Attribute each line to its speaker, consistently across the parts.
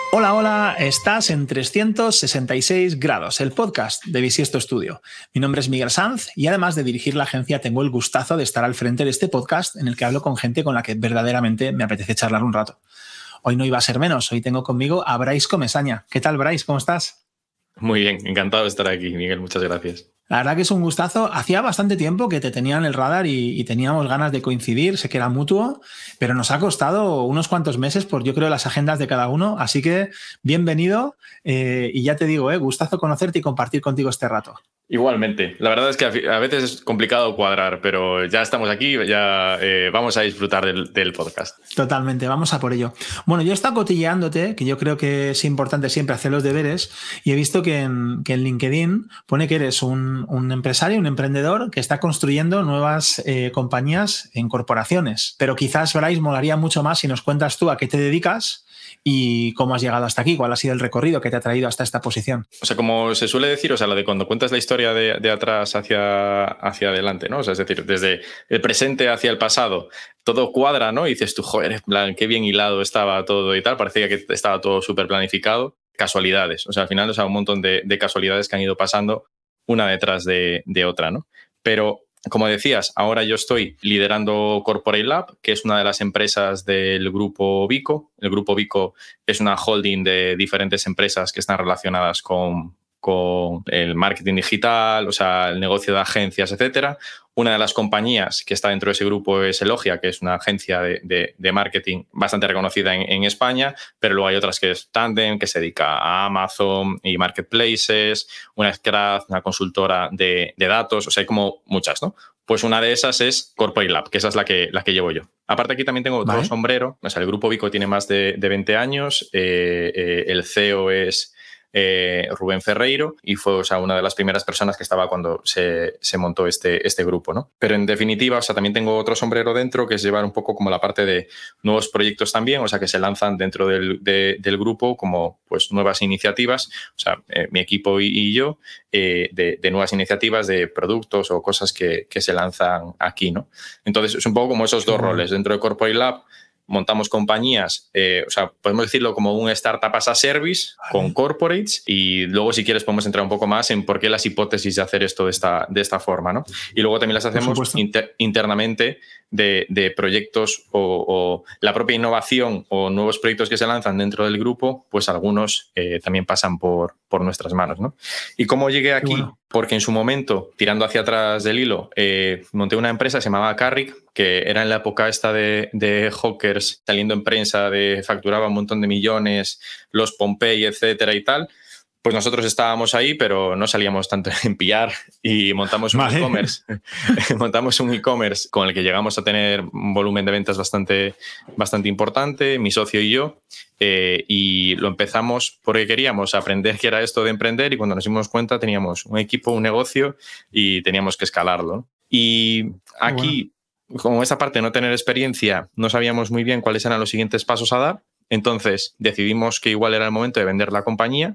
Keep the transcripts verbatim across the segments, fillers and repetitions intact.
Speaker 1: Hola, hola, estás en trescientos sesenta y seis grados, el podcast de Bisiesto Studio. Mi nombre es Miguel Sanz y además de dirigir la agencia tengo el gustazo de estar al frente de este podcast en el que hablo con gente con la que verdaderamente me apetece charlar un rato. Hoy no iba a ser menos, hoy tengo conmigo a Brais Comesaña. ¿Qué tal, Brais? ¿Cómo estás?
Speaker 2: Muy bien, encantado de estar aquí, Miguel, muchas gracias.
Speaker 1: La verdad que es un gustazo. Hacía bastante tiempo que te tenía en el radar y, y teníamos ganas de coincidir, sé que era mutuo, pero nos ha costado unos cuantos meses por, yo creo, las agendas de cada uno. Así que bienvenido eh, y ya te digo, eh, gustazo conocerte y compartir contigo este rato.
Speaker 2: Igualmente. La verdad es que a veces es complicado cuadrar, pero ya estamos aquí, ya eh, vamos a disfrutar del, del podcast.
Speaker 1: Totalmente, vamos a por ello. Bueno, yo he estado cotilleándote, que yo creo que es importante siempre hacer los deberes, y he visto que en, que en LinkedIn pone que eres un, un empresario, un emprendedor que está construyendo nuevas eh, compañías en corporaciones. Pero quizás, Brais, molaría mucho más si nos cuentas tú a qué te dedicas y cómo has llegado hasta aquí, cuál ha sido el recorrido que te ha traído hasta esta posición.
Speaker 2: O sea, como se suele decir, o sea, lo de cuando cuentas la historia de, de atrás hacia, hacia adelante, ¿no? O sea, es decir, desde el presente hacia el pasado, todo cuadra, ¿no? Y dices tú, joder, en plan, qué bien hilado estaba todo y tal, parecía que estaba todo súper planificado. Casualidades, o sea, al final, o sea, un montón de, de casualidades que han ido pasando una detrás de, de otra, ¿no? Pero como decías, ahora yo estoy liderando Corporate Lab, que es una de las empresas del grupo Vico. El grupo Vico es una holding de diferentes empresas que están relacionadas con, con el marketing digital, o sea, el negocio de agencias, etcétera. Una de las compañías que está dentro de ese grupo es Elogia, que es una agencia de, de, de marketing bastante reconocida en, en España, pero luego hay otras que es Tandem, que se dedica a Amazon y Marketplaces, una es Craft, una consultora de, de datos, o sea, hay como muchas, ¿no? Pues una de esas es Corporate Lab, que esa es la que, la que llevo yo. Aparte aquí también tengo otro ¿Vale? sombrero, o sea, el grupo Vico tiene más de, de veinte años, eh, eh, el C E O es Eh, Rubén Ferreiro y fue, o sea, una de las primeras personas que estaba cuando se, se montó este, este grupo, ¿no? Pero en definitiva, o sea, también tengo otro sombrero dentro que es llevar un poco como la parte de nuevos proyectos también, o sea, que se lanzan dentro del, de, del grupo como pues nuevas iniciativas, o sea, eh, mi equipo y, y yo, eh, de, de nuevas iniciativas de productos o cosas que, que se lanzan aquí, ¿no? Entonces, es un poco como esos dos uh-huh. roles. Dentro de Corporate Lab montamos compañías, eh, o sea, podemos decirlo como un startup as a service vale. con corporates y luego si quieres podemos entrar un poco más en por qué las hipótesis de hacer esto de esta, de esta forma, ¿no? Y luego también las hacemos inter, internamente de, de proyectos o, o la propia innovación o nuevos proyectos que se lanzan dentro del grupo, pues algunos eh, también pasan por, por nuestras manos, ¿no? ¿Y cómo llegué aquí? Bueno. Porque en su momento, tirando hacia atrás del hilo, eh, monté una empresa que se llamaba Carrick, que era en la época esta de, de Hawkers, saliendo en prensa, de facturaba un montón de millones, los Pompey, etcétera y tal. Pues nosotros estábamos ahí, pero no salíamos tanto en P R y montamos un vale. e-commerce. montamos un e-commerce con el que llegamos a tener un volumen de ventas bastante, bastante importante, mi socio y yo, eh, y lo empezamos porque queríamos aprender qué era esto de emprender y cuando nos dimos cuenta teníamos un equipo, un negocio y teníamos que escalarlo. Y aquí, bueno. como esta parte de no tener experiencia, no sabíamos muy bien cuáles eran los siguientes pasos a dar. Entonces decidimos que igual era el momento de vender la compañía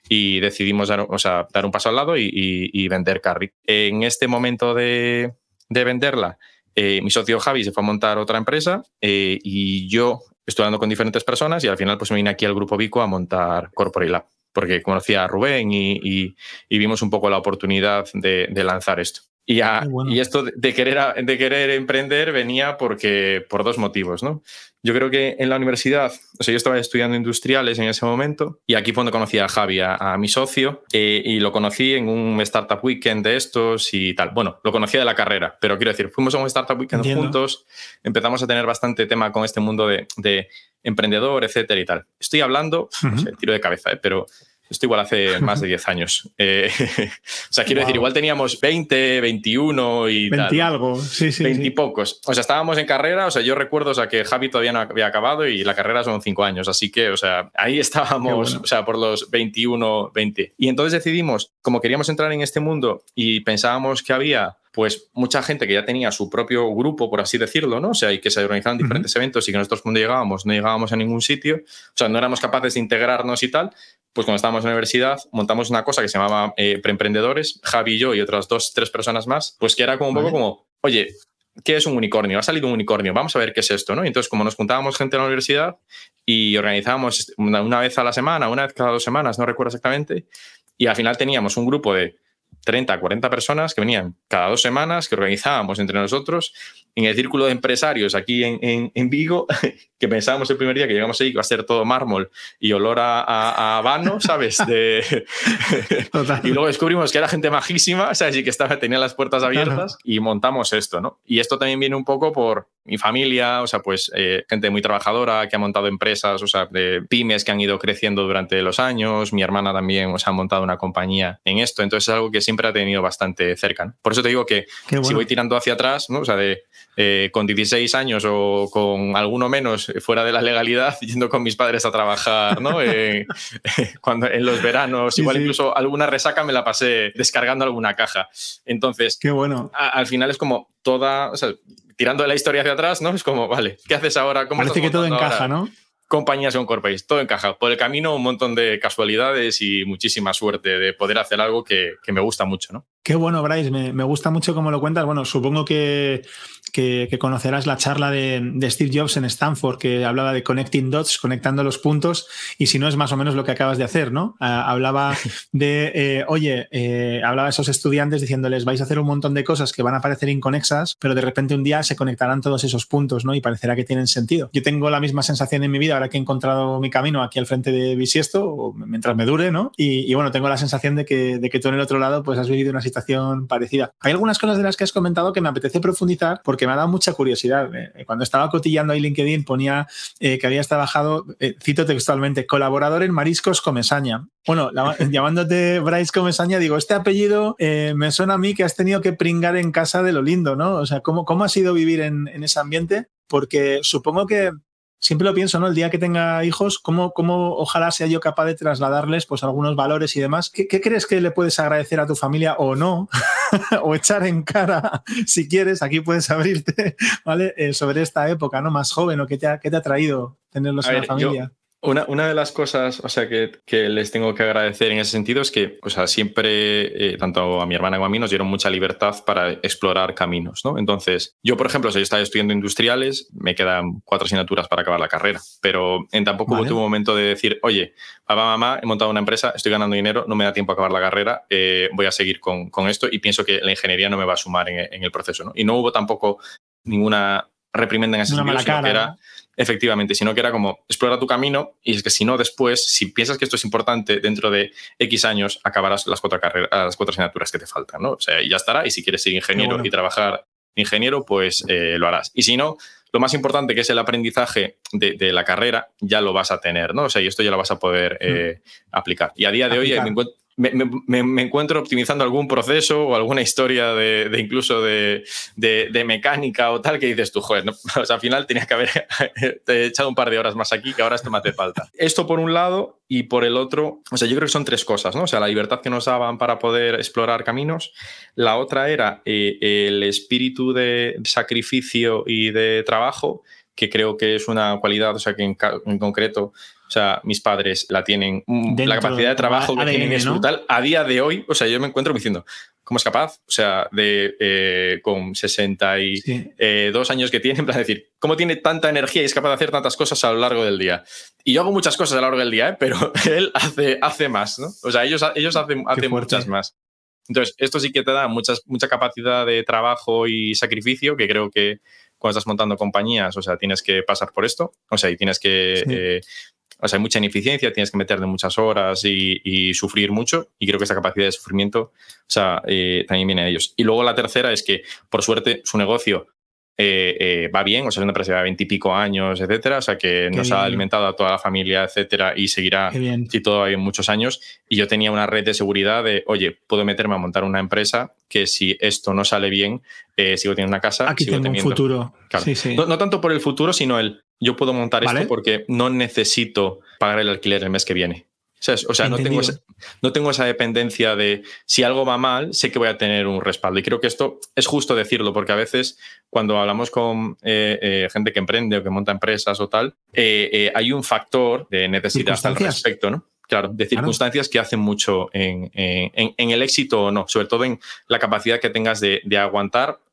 Speaker 2: y decidimos dar, o sea, dar un paso al lado y, y, y vender Carrick. En este momento de, de venderla, eh, mi socio Javi se fue a montar otra empresa eh, y yo estuve hablando con diferentes personas y al final pues me vine aquí al Grupo Vico a montar Corporate Lab porque conocía a Rubén y, y, y vimos un poco la oportunidad de, de lanzar esto. Y, a, bueno. y esto de querer, de querer emprender venía porque, por dos motivos, ¿no? Yo creo que en la universidad, o sea, yo estaba estudiando industriales en ese momento y aquí fue donde conocí a Javi, a, a mi socio, eh, y lo conocí en un Startup Weekend de estos y tal. Bueno, lo conocía de la carrera, pero quiero decir, fuimos a un Startup Weekend Entiendo. juntos, empezamos a tener bastante tema con este mundo de, de emprendedor, etcétera y tal. Estoy hablando, uh-huh. no sé, tiro de cabeza, ¿eh? Pero esto igual hace más de diez años. Eh, o sea, quiero wow. decir, igual teníamos veinte, veintiuno y
Speaker 1: veinte
Speaker 2: tal.
Speaker 1: veinte algo, sí, sí.
Speaker 2: veinte
Speaker 1: sí.
Speaker 2: y pocos. O sea, estábamos en carrera, o sea, yo recuerdo o sea, que Javi todavía no había acabado y la carrera son cinco años, así que, o sea, ahí estábamos, bueno. o sea, por los veintiuno, veinte. Y entonces decidimos, como queríamos entrar en este mundo y pensábamos que había pues mucha gente que ya tenía su propio grupo, por así decirlo, ¿no? O sea, y que se organizaban diferentes uh-huh. eventos y que nosotros cuando llegábamos no llegábamos a ningún sitio, o sea, no éramos capaces de integrarnos y tal, pues cuando estábamos en la universidad montamos una cosa que se llamaba eh, Preemprendedores, Javi y yo y otras dos, tres personas más, pues que era como un vale. poco como, oye, ¿qué es un unicornio? Ha salido un unicornio, vamos a ver qué es esto, ¿no? Y entonces, como nos juntábamos gente en la universidad y organizábamos una, una vez a la semana, una vez cada dos semanas, no recuerdo exactamente, y al final teníamos un grupo de treinta, cuarenta personas que venían cada dos semanas, que organizábamos entre nosotros en el círculo de empresarios aquí en, en, en Vigo, que pensábamos el primer día que llegamos ahí que iba a ser todo mármol y olor a, a, a habano, ¿sabes? De... y luego descubrimos que era gente majísima, ¿sabes? Y que estaba, tenía las puertas abiertas, claro. Y montamos esto, ¿no? Y esto también viene un poco por mi familia, o sea, pues eh, gente muy trabajadora que ha montado empresas, o sea, de pymes que han ido creciendo durante los años. Mi hermana también, o sea, ha montado una compañía en esto. Entonces es algo que siempre ha tenido bastante cerca, ¿no? Por eso te digo que bueno. Si voy tirando hacia atrás, ¿no? O sea, de eh, con dieciséis años o con alguno menos fuera de la legalidad, yendo con mis padres a trabajar, ¿no? eh, cuando, en los veranos, sí, igual sí. Incluso alguna resaca me la pasé descargando alguna caja. Entonces,
Speaker 1: qué bueno.
Speaker 2: A, al final es como toda, o sea, tirando de la historia hacia atrás, ¿no? Es como, vale, ¿qué haces ahora? ¿Cómo
Speaker 1: Parece que todo encaja,
Speaker 2: ahora?
Speaker 1: ¿no?
Speaker 2: Compañías con Corpace, todo encaja. Por el camino un montón de casualidades y muchísima suerte de poder hacer algo que, que me gusta mucho, ¿no?
Speaker 1: Qué bueno, Bryce, me, me gusta mucho cómo lo cuentas. Bueno, supongo que, que, que conocerás la charla de, de Steve Jobs en Stanford, que hablaba de connecting dots, conectando los puntos, y si no es más o menos lo que acabas de hacer, ¿no? Uh, hablaba de, eh, oye, eh, hablaba a esos estudiantes diciéndoles, vais a hacer un montón de cosas que van a parecer inconexas, pero de repente un día se conectarán todos esos puntos, ¿no? Y parecerá que tienen sentido. Yo tengo la misma sensación en mi vida ahora que he encontrado mi camino aquí al frente de Bisiesto, mientras me dure, ¿no? Y, y bueno, tengo la sensación de que, de que tú en el otro lado pues has vivido una situación parecida. Hay algunas cosas de las que has comentado que me apetece profundizar porque me ha dado mucha curiosidad. Cuando estaba cotillando ahí LinkedIn ponía eh, que habías trabajado, eh, cito textualmente, colaborador en Mariscos Comesaña. Bueno, la, llamándote Bryce Comesaña, digo, este apellido eh, me suena a mí que has tenido que pringar en casa de lo lindo, ¿no? O sea, ¿cómo, cómo ha sido vivir en, en ese ambiente? Porque supongo que siempre lo pienso, ¿no? El día que tenga hijos, ¿cómo, cómo ojalá sea yo capaz de trasladarles pues algunos valores y demás? ¿Qué, qué crees que le puedes agradecer a tu familia o no? O echar en cara, si quieres, aquí puedes abrirte, ¿vale? Eh, sobre esta época, ¿no? Más joven, o qué te ha, qué te ha traído tenerlos a en ver, la familia.
Speaker 2: Yo... Una, una de las cosas, o sea, que, que les tengo que agradecer en ese sentido es que, o sea, siempre, eh, tanto a mi hermana como a mí, nos dieron mucha libertad para explorar caminos, ¿no? Entonces, yo, por ejemplo, si yo estaba estudiando industriales, me quedan cuatro asignaturas para acabar la carrera, pero en tampoco vale. Tuve un momento de decir, oye, papá, mamá, he montado una empresa, estoy ganando dinero, no me da tiempo a acabar la carrera, eh, voy a seguir con, con esto y pienso que la ingeniería no me va a sumar en, en el proceso, ¿no? Y no hubo tampoco ninguna reprimenda en ese
Speaker 1: una
Speaker 2: sentido,
Speaker 1: mala
Speaker 2: sino
Speaker 1: cara,
Speaker 2: que era...
Speaker 1: ¿no?
Speaker 2: Efectivamente, sino que era como explora tu camino y es que si no después, si piensas que esto es importante, dentro de X años acabarás las cuatro, carreras, las cuatro asignaturas que te faltan, ¿no? O sea, ya estará y si quieres ser ingeniero bueno. y trabajar ingeniero, pues eh, lo harás. Y si no, lo más importante que es el aprendizaje de, de la carrera, ya lo vas a tener, ¿no? O sea, y esto ya lo vas a poder eh, aplicar. Y a día de aplicar. hoy me encuentro... Me, me, me encuentro optimizando algún proceso o alguna historia de, de incluso de, de, de mecánica o tal que dices tú, joder, no, o sea, al final tenías que haber te he echado un par de horas más aquí que ahora esto me hace falta. Esto por un lado y por el otro, o sea, yo creo que son tres cosas, ¿no? O sea, la libertad que nos daban para poder explorar caminos. La otra era eh, el espíritu de sacrificio y de trabajo, que creo que es una cualidad, o sea, que en, en concreto... O sea, mis padres la tienen, Dentro la capacidad de trabajo que A D N, tienen es brutal. ¿No? A día de hoy, o sea, yo me encuentro diciendo, ¿cómo es capaz? O sea, de eh, con sesenta y dos sí. eh, años que tiene, en plan decir, ¿cómo tiene tanta energía y es capaz de hacer tantas cosas a lo largo del día? Y yo hago muchas cosas a lo largo del día, ¿eh? Pero él hace, hace más, ¿no? O sea, ellos, ellos hacen, hacen muchas más. Entonces, esto sí que te da muchas, mucha capacidad de trabajo y sacrificio, que creo que cuando estás montando compañías, o sea, tienes que pasar por esto, o sea, y tienes que... Sí. Eh, O sea, hay mucha ineficiencia, tienes que meterle muchas horas y, y sufrir mucho. Y creo que esa capacidad de sufrimiento, o sea, eh, también viene de ellos. Y luego la tercera es que, por suerte, su negocio eh, eh, va bien. O sea, es una empresa de veintipico años, etcétera. O sea, que Qué nos bien. ha alimentado a toda la familia, etcétera. Y seguirá, si todo va bien, muchos años. Y yo tenía una red de seguridad de, oye, puedo meterme a montar una empresa que si esto no sale bien, eh, sigo teniendo una casa.
Speaker 1: Aquí
Speaker 2: sigo
Speaker 1: tengo
Speaker 2: teniendo...
Speaker 1: un futuro.
Speaker 2: Claro.
Speaker 1: Sí, sí.
Speaker 2: No, no tanto por el futuro, sino el... Yo puedo montar ¿Vale? esto porque no necesito pagar el alquiler el mes que viene. ¿Sabes? O sea, no tengo, esa, no tengo esa dependencia de si algo va mal, sé que voy a tener un respaldo. Y creo que esto es justo decirlo, porque a veces cuando hablamos con eh, eh, gente que emprende o que monta empresas o tal, eh, eh, hay un factor de necesidad al respecto, ¿no? Claro, de circunstancias claro. que hacen mucho en, en, en el éxito o no, sobre todo en la capacidad que tengas de, de aguantar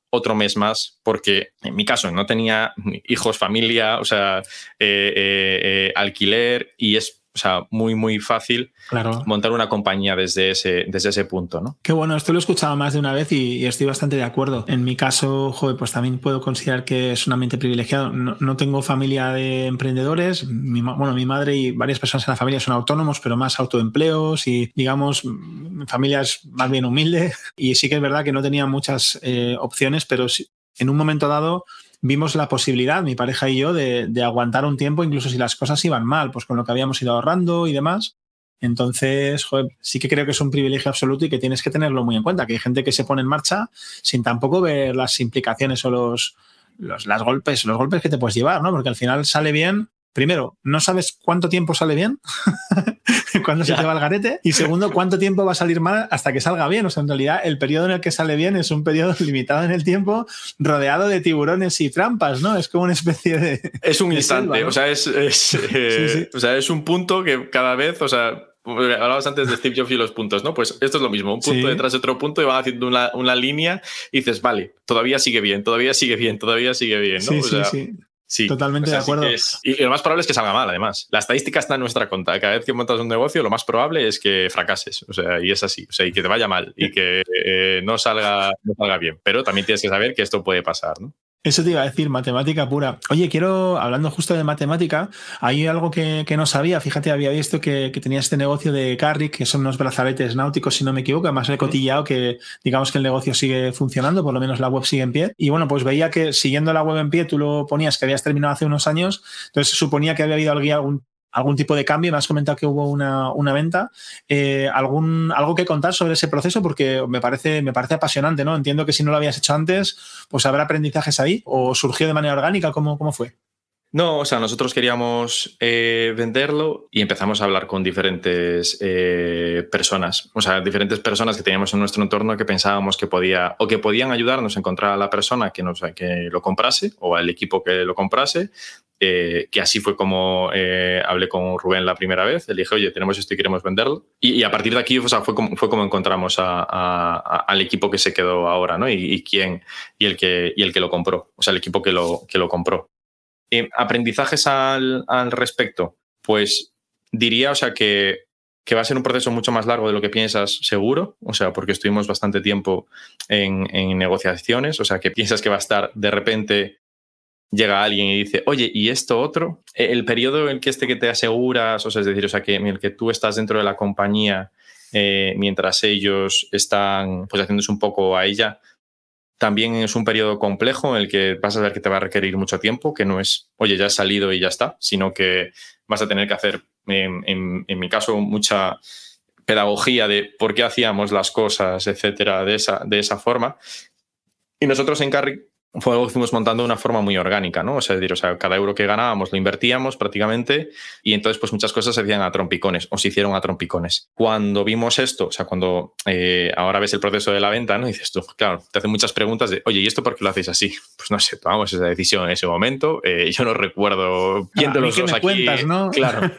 Speaker 2: otro mes más, porque en mi caso no tenía hijos, familia, o sea, eh, eh, eh, alquiler, y es, o sea, muy, muy fácil
Speaker 1: claro.
Speaker 2: montar una compañía desde ese, desde ese punto, ¿no?
Speaker 1: Qué bueno, esto lo he escuchado más de una vez y, y estoy bastante de acuerdo. En mi caso, joder, pues también puedo considerar que es un ambiente privilegiado. No, no tengo familia de emprendedores. Mi, bueno, mi madre y varias personas en la familia son autónomos, pero más autoempleos y, digamos, mi familia es más bien humilde. Y sí que es verdad que no tenía muchas eh, opciones, pero sí, en un momento dado vimos la posibilidad, mi pareja y yo, de, de aguantar un tiempo, incluso si las cosas iban mal, pues con lo que habíamos ido ahorrando y demás. Entonces, joder, sí que creo que es un privilegio absoluto y que tienes que tenerlo muy en cuenta, que hay gente que se pone en marcha sin tampoco ver las implicaciones o los, los, las golpes, los golpes que te puedes llevar, ¿no? Porque al final sale bien. Primero, no sabes cuánto tiempo sale bien, cuándo se te va el garete, y segundo, cuánto tiempo va a salir mal hasta que salga bien. O sea, en realidad, el periodo en el que sale bien es un periodo limitado en el tiempo, rodeado de tiburones y trampas, ¿no? Es como una especie de...
Speaker 2: Es un
Speaker 1: de
Speaker 2: instante,
Speaker 1: selva, ¿no?
Speaker 2: o sea, es, es, eh,
Speaker 1: Sí, sí.
Speaker 2: o sea, es un punto que cada vez, o sea, hablabas antes de Steve Jobs y los puntos, ¿no? Pues esto es lo mismo, un punto
Speaker 1: Sí.
Speaker 2: detrás de otro punto y van haciendo una, una línea y dices, vale, todavía sigue bien, todavía sigue bien, todavía sigue bien, ¿no?
Speaker 1: Sí,
Speaker 2: o sea,
Speaker 1: sí, sí.
Speaker 2: Sí,
Speaker 1: totalmente
Speaker 2: o sea,
Speaker 1: de acuerdo.
Speaker 2: Sí es, y lo más probable es que salga mal, además. La estadística está en nuestra contra. Cada vez que montas un negocio, lo más probable es que fracases. O sea, y es así. O sea, y que te vaya mal y que eh, no, salga, no salga bien. Pero también tienes que saber que esto puede pasar, ¿no?
Speaker 1: Eso te iba a decir, matemática pura. Oye, quiero, hablando justo de matemática, hay algo que, que no sabía. Fíjate, había visto que, que tenía este negocio de Carrick, que son unos brazaletes náuticos, si no me equivoco. Además, he cotillado que, digamos que el negocio sigue funcionando, por lo menos la web sigue en pie. Y bueno, pues veía que siguiendo la web en pie, tú lo ponías que habías terminado hace unos años, entonces suponía que había habido algún algún tipo de cambio. Me has comentado que hubo una, una venta. Eh, algún, ¿Algo que contar sobre ese proceso? Porque me parece, me parece apasionante, ¿no? Entiendo que si no lo habías hecho antes, pues habrá aprendizajes ahí, o surgió de manera orgánica. ¿Cómo, cómo fue?
Speaker 2: No, o sea, nosotros queríamos eh, venderlo y empezamos a hablar con diferentes eh, personas, o sea, diferentes personas que teníamos en nuestro entorno que pensábamos que podía o que podían ayudarnos a encontrar a la persona que, nos, que lo comprase o al equipo que lo comprase. Eh, que así fue como eh, hablé con Rubén la primera vez. Le dije, oye, tenemos esto y queremos venderlo. Y, y a partir de aquí, o sea, fue como, fue como encontramos a, a, a, al equipo que se quedó ahora, ¿no? Y, y quién y el que y el que lo compró, o sea, el equipo que lo que lo compró. Eh, aprendizajes al, al respecto, pues diría, o sea, que, que va a ser un proceso mucho más largo de lo que piensas, seguro, o sea, porque estuvimos bastante tiempo en, en negociaciones, o sea, que piensas que va a estar de repente. Llega alguien y dice, oye, ¿y esto otro? El periodo en el que este que te aseguras, o sea, es decir, o sea, que en el que tú estás dentro de la compañía eh, mientras ellos están pues haciéndose un poco a ella, también es un periodo complejo en el que vas a ver que te va a requerir mucho tiempo, que no es, oye, ya has salido y ya está, sino que vas a tener que hacer, en, en, en mi caso, mucha pedagogía de por qué hacíamos las cosas, etcétera, de esa, de esa forma. Y nosotros en Carrick fue algo que fuimos montando de una forma muy orgánica, ¿no? O sea, es decir, o sea, cada euro que ganábamos lo invertíamos prácticamente y entonces pues muchas cosas se hacían a trompicones o se hicieron a trompicones. Cuando vimos esto, o sea, cuando eh, ahora ves el proceso de la venta, ¿no? Y dices tú, claro, te hacen muchas preguntas de, oye, ¿y esto por qué lo hacéis así? Pues no sé, tomamos esa decisión en ese momento. Eh, yo no recuerdo quién de los dos aquí...
Speaker 1: Cuentas, ¿no?
Speaker 2: Claro.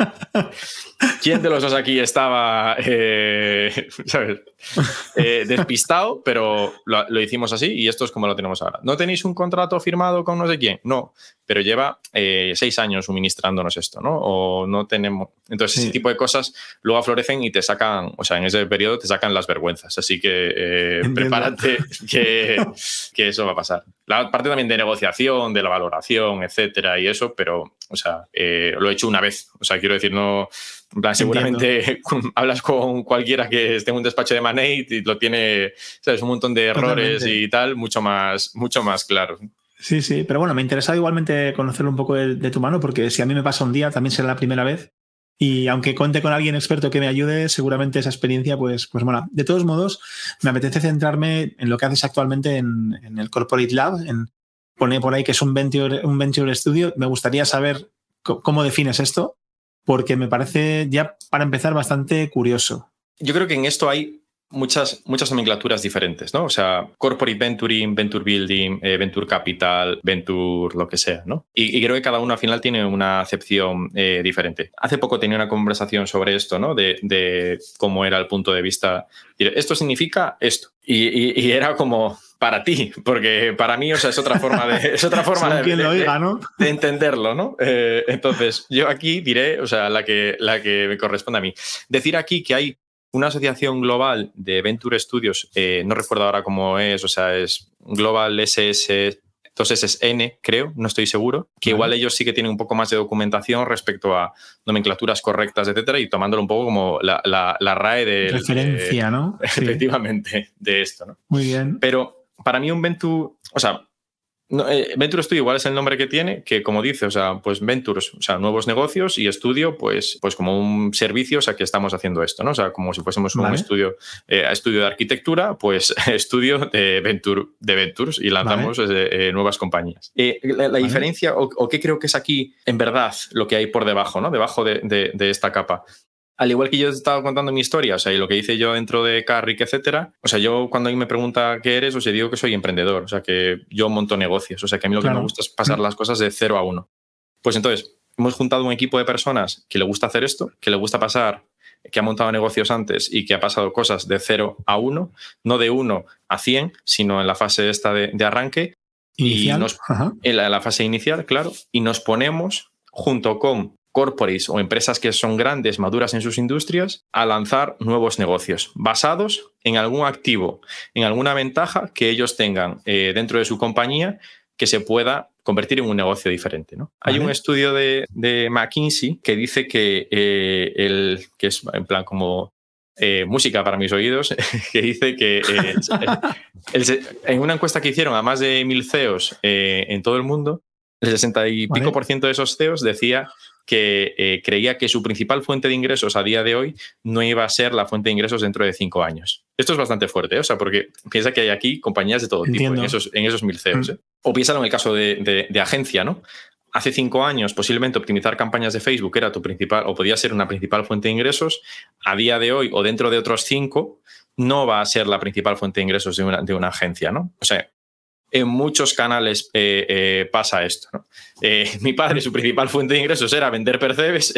Speaker 2: ¿Quién de los dos aquí estaba, eh, ¿sabes? Eh, despistado, pero lo, lo hicimos así y esto es como lo tenemos ahora. ¿No tenéis un contrato firmado con no sé quién? No, pero lleva eh, seis años suministrándonos esto, ¿no? O no tenemos... Entonces, sí. Ese tipo de cosas luego aflorecen y te sacan, o sea, en ese periodo te sacan las vergüenzas. Así que eh, prepárate que, que eso va a pasar. La parte también de negociación, de la valoración, etcétera, y eso, pero, o sea, eh, lo he hecho una vez. O sea, quiero decir, no... En plan, seguramente hablas con cualquiera que esté en un despacho de Manate y lo tiene, ¿sabes? Un montón de errores Totalmente. Y tal, mucho más, mucho más claro.
Speaker 1: Sí, sí, pero bueno, me interesa igualmente conocerlo un poco de, de tu mano, porque si a mí me pasa un día, también será la primera vez. Y aunque cuente con alguien experto que me ayude, seguramente esa experiencia, pues, pues mola. De todos modos, me apetece centrarme en lo que haces actualmente en, en el Corporate Lab. En, pone por ahí que es un venture, un venture studio. Me gustaría saber c- cómo defines esto, porque me parece ya, para empezar, bastante curioso.
Speaker 2: Yo creo que en esto hay muchas, muchas nomenclaturas diferentes, ¿no? O sea, corporate venturing, venture building, eh, venture capital, venture lo que sea, ¿no? Y, y creo que cada uno al final tiene una acepción eh, diferente. Hace poco tenía una conversación sobre esto, ¿no? De, de cómo era el punto de vista. Esto significa esto. Y, y, y era como para ti, porque para mí, o sea, es otra forma de, es otra forma de, de,
Speaker 1: oiga, ¿no?
Speaker 2: de entenderlo, ¿no? Eh, entonces, yo aquí diré, o sea, la que, la que me corresponde a mí. Decir aquí que hay una asociación global de Venture Studios, eh, no recuerdo ahora cómo es, o sea, es Global S S, dos S N, creo, no estoy seguro, que vale. Igual ellos sí que tienen un poco más de documentación respecto a nomenclaturas correctas, etcétera, y tomándolo un poco como la, la, la R A E de...
Speaker 1: Referencia,
Speaker 2: de,
Speaker 1: ¿no?
Speaker 2: Efectivamente, sí. De esto, ¿no?
Speaker 1: Muy bien.
Speaker 2: Pero para mí un Venture, o sea, No, eh, Venture Studio igual es el nombre que tiene, que como dice, o sea, pues Ventures, o sea, nuevos negocios, y estudio, pues, pues como un servicio, o sea, que estamos haciendo esto, ¿no? O sea, como si fuésemos vale. un estudio, eh, estudio de arquitectura, pues estudio de, Venture, de Ventures y lanzamos vale. eh, nuevas compañías. Eh, la la vale. diferencia, o, o qué creo que es aquí, en verdad, lo que hay por debajo, ¿no? Debajo de, de, de esta capa. Al igual que yo he estado contando mi historia, o sea, y lo que hice yo dentro de Carrick, etcétera, o sea, yo cuando alguien me pregunta qué eres, o sea, digo que soy emprendedor, o sea, que yo monto negocios, o sea, que a mí lo claro. que me gusta es pasar las cosas de cero a uno. Pues entonces, hemos juntado un equipo de personas que le gusta hacer esto, que le gusta pasar, que ha montado negocios antes y que ha pasado cosas de cero a uno, no de uno a cien, sino en la fase esta de, de arranque.
Speaker 1: Inicial.
Speaker 2: Y nos, en, la, en la fase inicial, claro, y nos ponemos junto con corporates o empresas que son grandes, maduras en sus industrias, a lanzar nuevos negocios basados en algún activo, en alguna ventaja que ellos tengan eh, dentro de su compañía que se pueda convertir en un negocio diferente, ¿no? Vale. Hay un estudio de, de McKinsey que dice que, eh, el, que es en plan como eh, música para mis oídos, que dice que eh, el, el, en una encuesta que hicieron a más de mil C E Os eh, en todo el mundo, el sesenta y pico vale. por ciento de esos C E Os decía que eh, creía que su principal fuente de ingresos a día de hoy no iba a ser la fuente de ingresos dentro de cinco años. Esto es bastante fuerte, ¿eh? O sea, porque piensa que hay aquí compañías de todo Entiendo. tipo en esos, en esos mil C E Os. ¿eh? Mm. O piénsalo en el caso de, de, de agencia, ¿no? Hace cinco años, posiblemente optimizar campañas de Facebook era tu principal, o podía ser una principal fuente de ingresos. A día de hoy, o dentro de otros cinco, no va a ser la principal fuente de ingresos de una, de una agencia, ¿no? O sea, en muchos canales eh, eh, pasa esto, ¿no? Eh, mi padre, su principal fuente de ingresos era vender percebes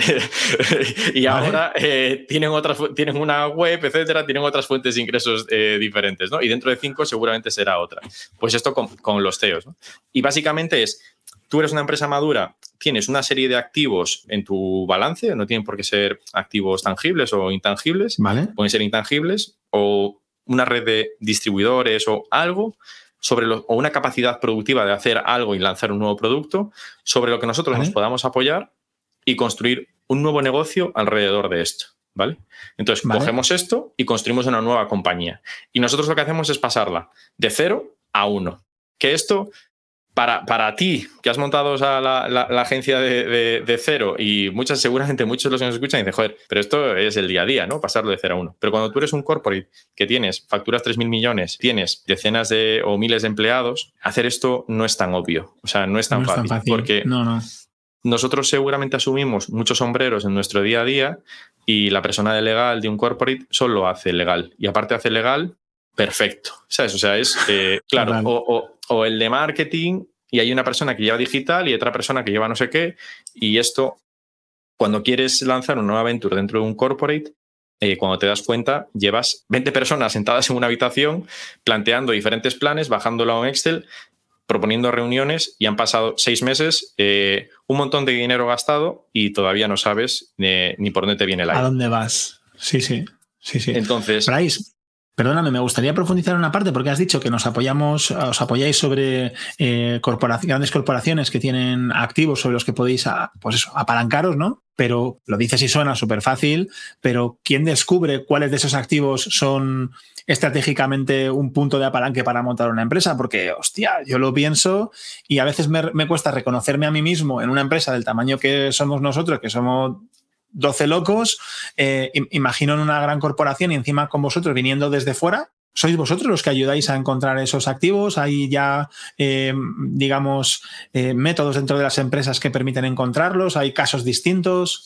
Speaker 2: y vale. ahora eh, tienen, otras, tienen una web, etcétera, tienen otras fuentes de ingresos eh, diferentes, ¿no? Y dentro de cinco seguramente será otra. Pues esto con, con los C E Os, ¿no? Y básicamente es, tú eres una empresa madura, tienes una serie de activos en tu balance, no tienen por qué ser activos tangibles o intangibles, vale. pueden ser intangibles, o una red de distribuidores o algo, sobre lo, o una capacidad productiva de hacer algo y lanzar un nuevo producto, sobre lo que nosotros ¿Vale? nos podamos apoyar y construir un nuevo negocio alrededor de esto, ¿vale? Entonces, ¿Vale? cogemos esto y construimos una nueva compañía. Y nosotros lo que hacemos es pasarla de cero a uno. Que esto, para, para ti, que has montado o sea, la, la, la agencia de, de, de cero, y muchas, seguramente muchos de los que nos escuchan dicen, joder, pero esto es el día a día, ¿no? Pasarlo de cero a uno. Pero cuando tú eres un corporate que tienes, facturas tres mil millones, tienes decenas de o miles de empleados, hacer esto no es tan obvio. O sea, no es tan, no fácil, es tan fácil. Porque
Speaker 1: no, no.
Speaker 2: nosotros seguramente asumimos muchos sombreros en nuestro día a día y la persona de legal de un corporate solo hace legal. Y aparte hace legal, perfecto. ¿Sabes? O sea, es, eh, claro, o, o, o el de marketing, y hay una persona que lleva digital y otra persona que lleva no sé qué, y esto, cuando quieres lanzar una nueva aventura dentro de un corporate, eh, cuando te das cuenta, llevas veinte personas sentadas en una habitación planteando diferentes planes, bajándolo a un Excel, proponiendo reuniones, y han pasado seis meses, eh, un montón de dinero gastado y todavía no sabes eh, ni por dónde te viene el aire.
Speaker 1: ¿A dónde vas? Sí, sí. sí, sí.
Speaker 2: Entonces...
Speaker 1: Bryce, perdóname, me gustaría profundizar en una parte porque has dicho que nos apoyamos, os apoyáis sobre eh, corporaciones, grandes corporaciones que tienen activos sobre los que podéis pues eso, apalancaros, ¿no? Pero lo dices y suena súper fácil, pero ¿quién descubre cuáles de esos activos son estratégicamente un punto de apalanque para montar una empresa? Porque, hostia, yo lo pienso y a veces me, me cuesta reconocerme a mí mismo en una empresa del tamaño que somos nosotros, que somos doce locos, eh, imagino en una gran corporación y encima con vosotros viniendo desde fuera, ¿sois vosotros los que ayudáis a encontrar esos activos? ¿Hay ya, eh, digamos, eh, métodos dentro de las empresas que permiten encontrarlos? ¿Hay casos distintos?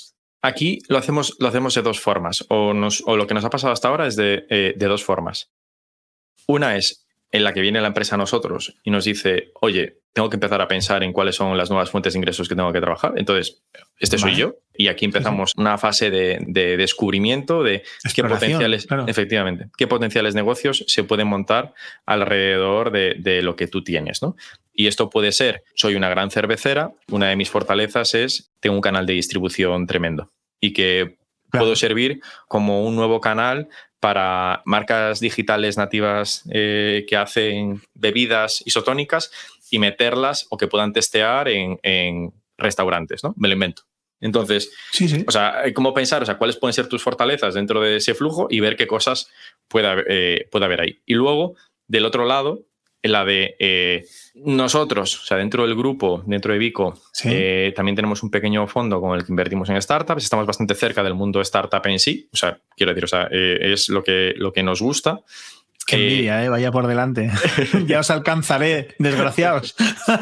Speaker 2: Aquí lo hacemos, lo hacemos de dos formas, o, nos, o lo que nos ha pasado hasta ahora es de, eh, de dos formas. Una es en la que viene la empresa a nosotros y nos dice, oye, tengo que empezar a pensar en cuáles son las nuevas fuentes de ingresos que tengo que trabajar. Entonces, este soy vale. yo y aquí empezamos sí, sí. una fase de, de descubrimiento de qué potenciales, claro. efectivamente, qué potenciales negocios se pueden montar alrededor de, de lo que tú tienes, ¿no? Y esto puede ser, soy una gran cervecera, una de mis fortalezas es, tengo un canal de distribución tremendo y que claro. puedo servir como un nuevo canal para marcas digitales nativas eh, que hacen bebidas isotónicas y meterlas o que puedan testear en, en restaurantes, ¿no? Me lo invento. Entonces, sí, sí. o sea, hay como pensar, o sea, cuáles pueden ser tus fortalezas dentro de ese flujo y ver qué cosas puede haber, eh, puede haber ahí. Y luego, del otro lado, la de eh, nosotros, o sea, dentro del grupo, dentro de Vico, sí. eh, también tenemos un pequeño fondo con el que invertimos en startups. Estamos bastante cerca del mundo startup en sí. O sea, quiero decir, o sea, eh, es lo que, lo que nos gusta.
Speaker 1: Qué envidia, eh, vaya por delante. Ya os alcanzaré, desgraciados.